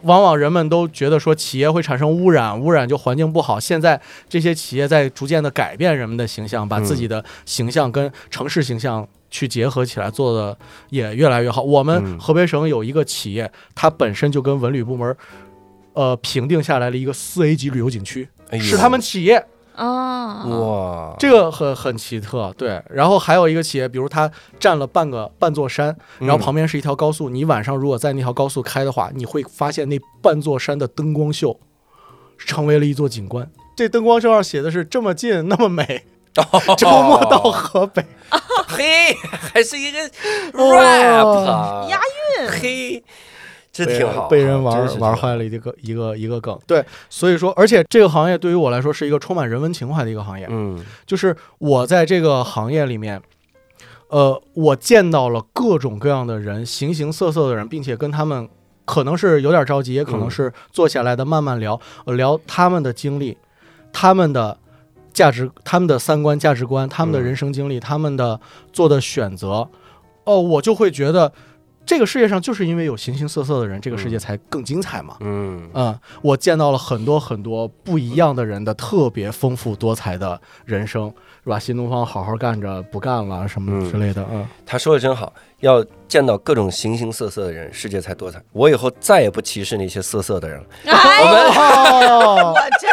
往往人们都觉得说企业会产生污染，污染就环境不好。现在这些企业在逐渐的改变人们的形象，把自己的形象跟城市形象去结合起来，做的也越来越好。我们河北省有一个企业，它本身就跟文旅部门评定下来了一个4A 级旅游景区，是他们企业。 哇， 这个很奇特，对。然后还有一个企业，比如它占了半座山，然后旁边是一条高速，你晚上如果在那条高速开的话，你会发现那半座山的灯光秀成为了一座景观。这灯光秀上写的是这么近那么美，周末到河北。 嘿，还是一个 rap， 押韵， 嘿。这挺好， 被人玩坏了一个梗。对，所以说，而且这个行业对于我来说是一个充满人文情怀的一个行业。就是我在这个行业里面，我见到了各种各样的人，形形色色的人，并且跟他们可能是有点着急，也可能是坐下来的慢慢聊他们的经历，他们的价值，他们的三观价值观，他们的人生经历，他们的做的选择。我就会觉得。这个世界上就是因为有形形色色的人，这个世界才更精彩嘛。我见到了很多很多不一样的人的特别丰富多彩的人生，是吧？新东方好好干着，不干了什么之类的。 他说的真好，要见到各种形形色色的人，世界才多彩。我以后再也不歧视那些色色的人了。 我真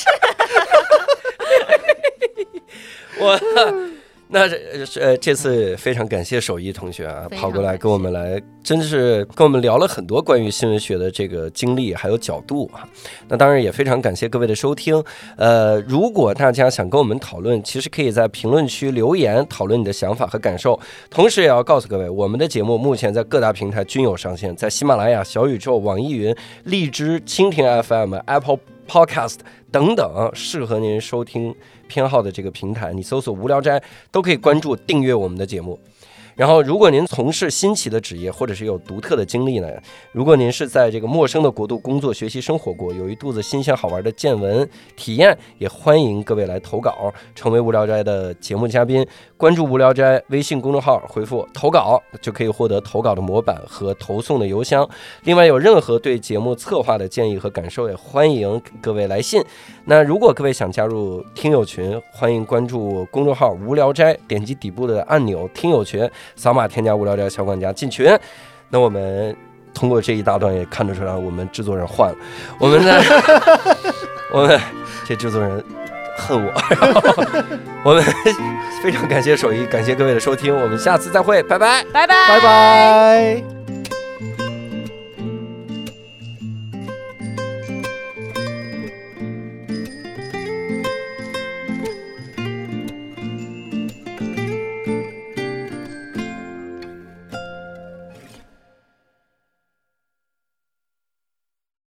是我。那这次非常感谢守一同学啊，跑过来跟我们来，真是跟我们聊了很多关于新闻学的这个经历还有角度啊。那当然也非常感谢各位的收听。如果大家想跟我们讨论，其实可以在评论区留言讨论你的想法和感受。同时也要告诉各位，我们的节目目前在各大平台均有上线，在喜马拉雅、小宇宙、网易云、荔枝、蜻蜓 FM、Apple Podcast 等等适合您收听偏好的这个平台，你搜索无聊斋都可以关注订阅我们的节目。然后如果您从事新奇的职业，或者是有独特的经历呢，如果您是在这个陌生的国度工作学习生活过，有一肚子新鲜好玩的见闻体验，也欢迎各位来投稿，成为无聊斋的节目嘉宾。关注无聊斋微信公众号，回复投稿就可以获得投稿的模板和投送的邮箱。另外有任何对节目策划的建议和感受，也欢迎各位来信。那如果各位想加入听友群，欢迎关注公众号无聊斋，点击底部的按钮听友群，扫码添加无聊斋小管家进群。那我们通过这一大段也看得出来，我们制作人换了，我们这制作人恨我。我们非常感谢守一，感谢各位的收听，我们下次再会，拜拜， 拜拜， 拜拜。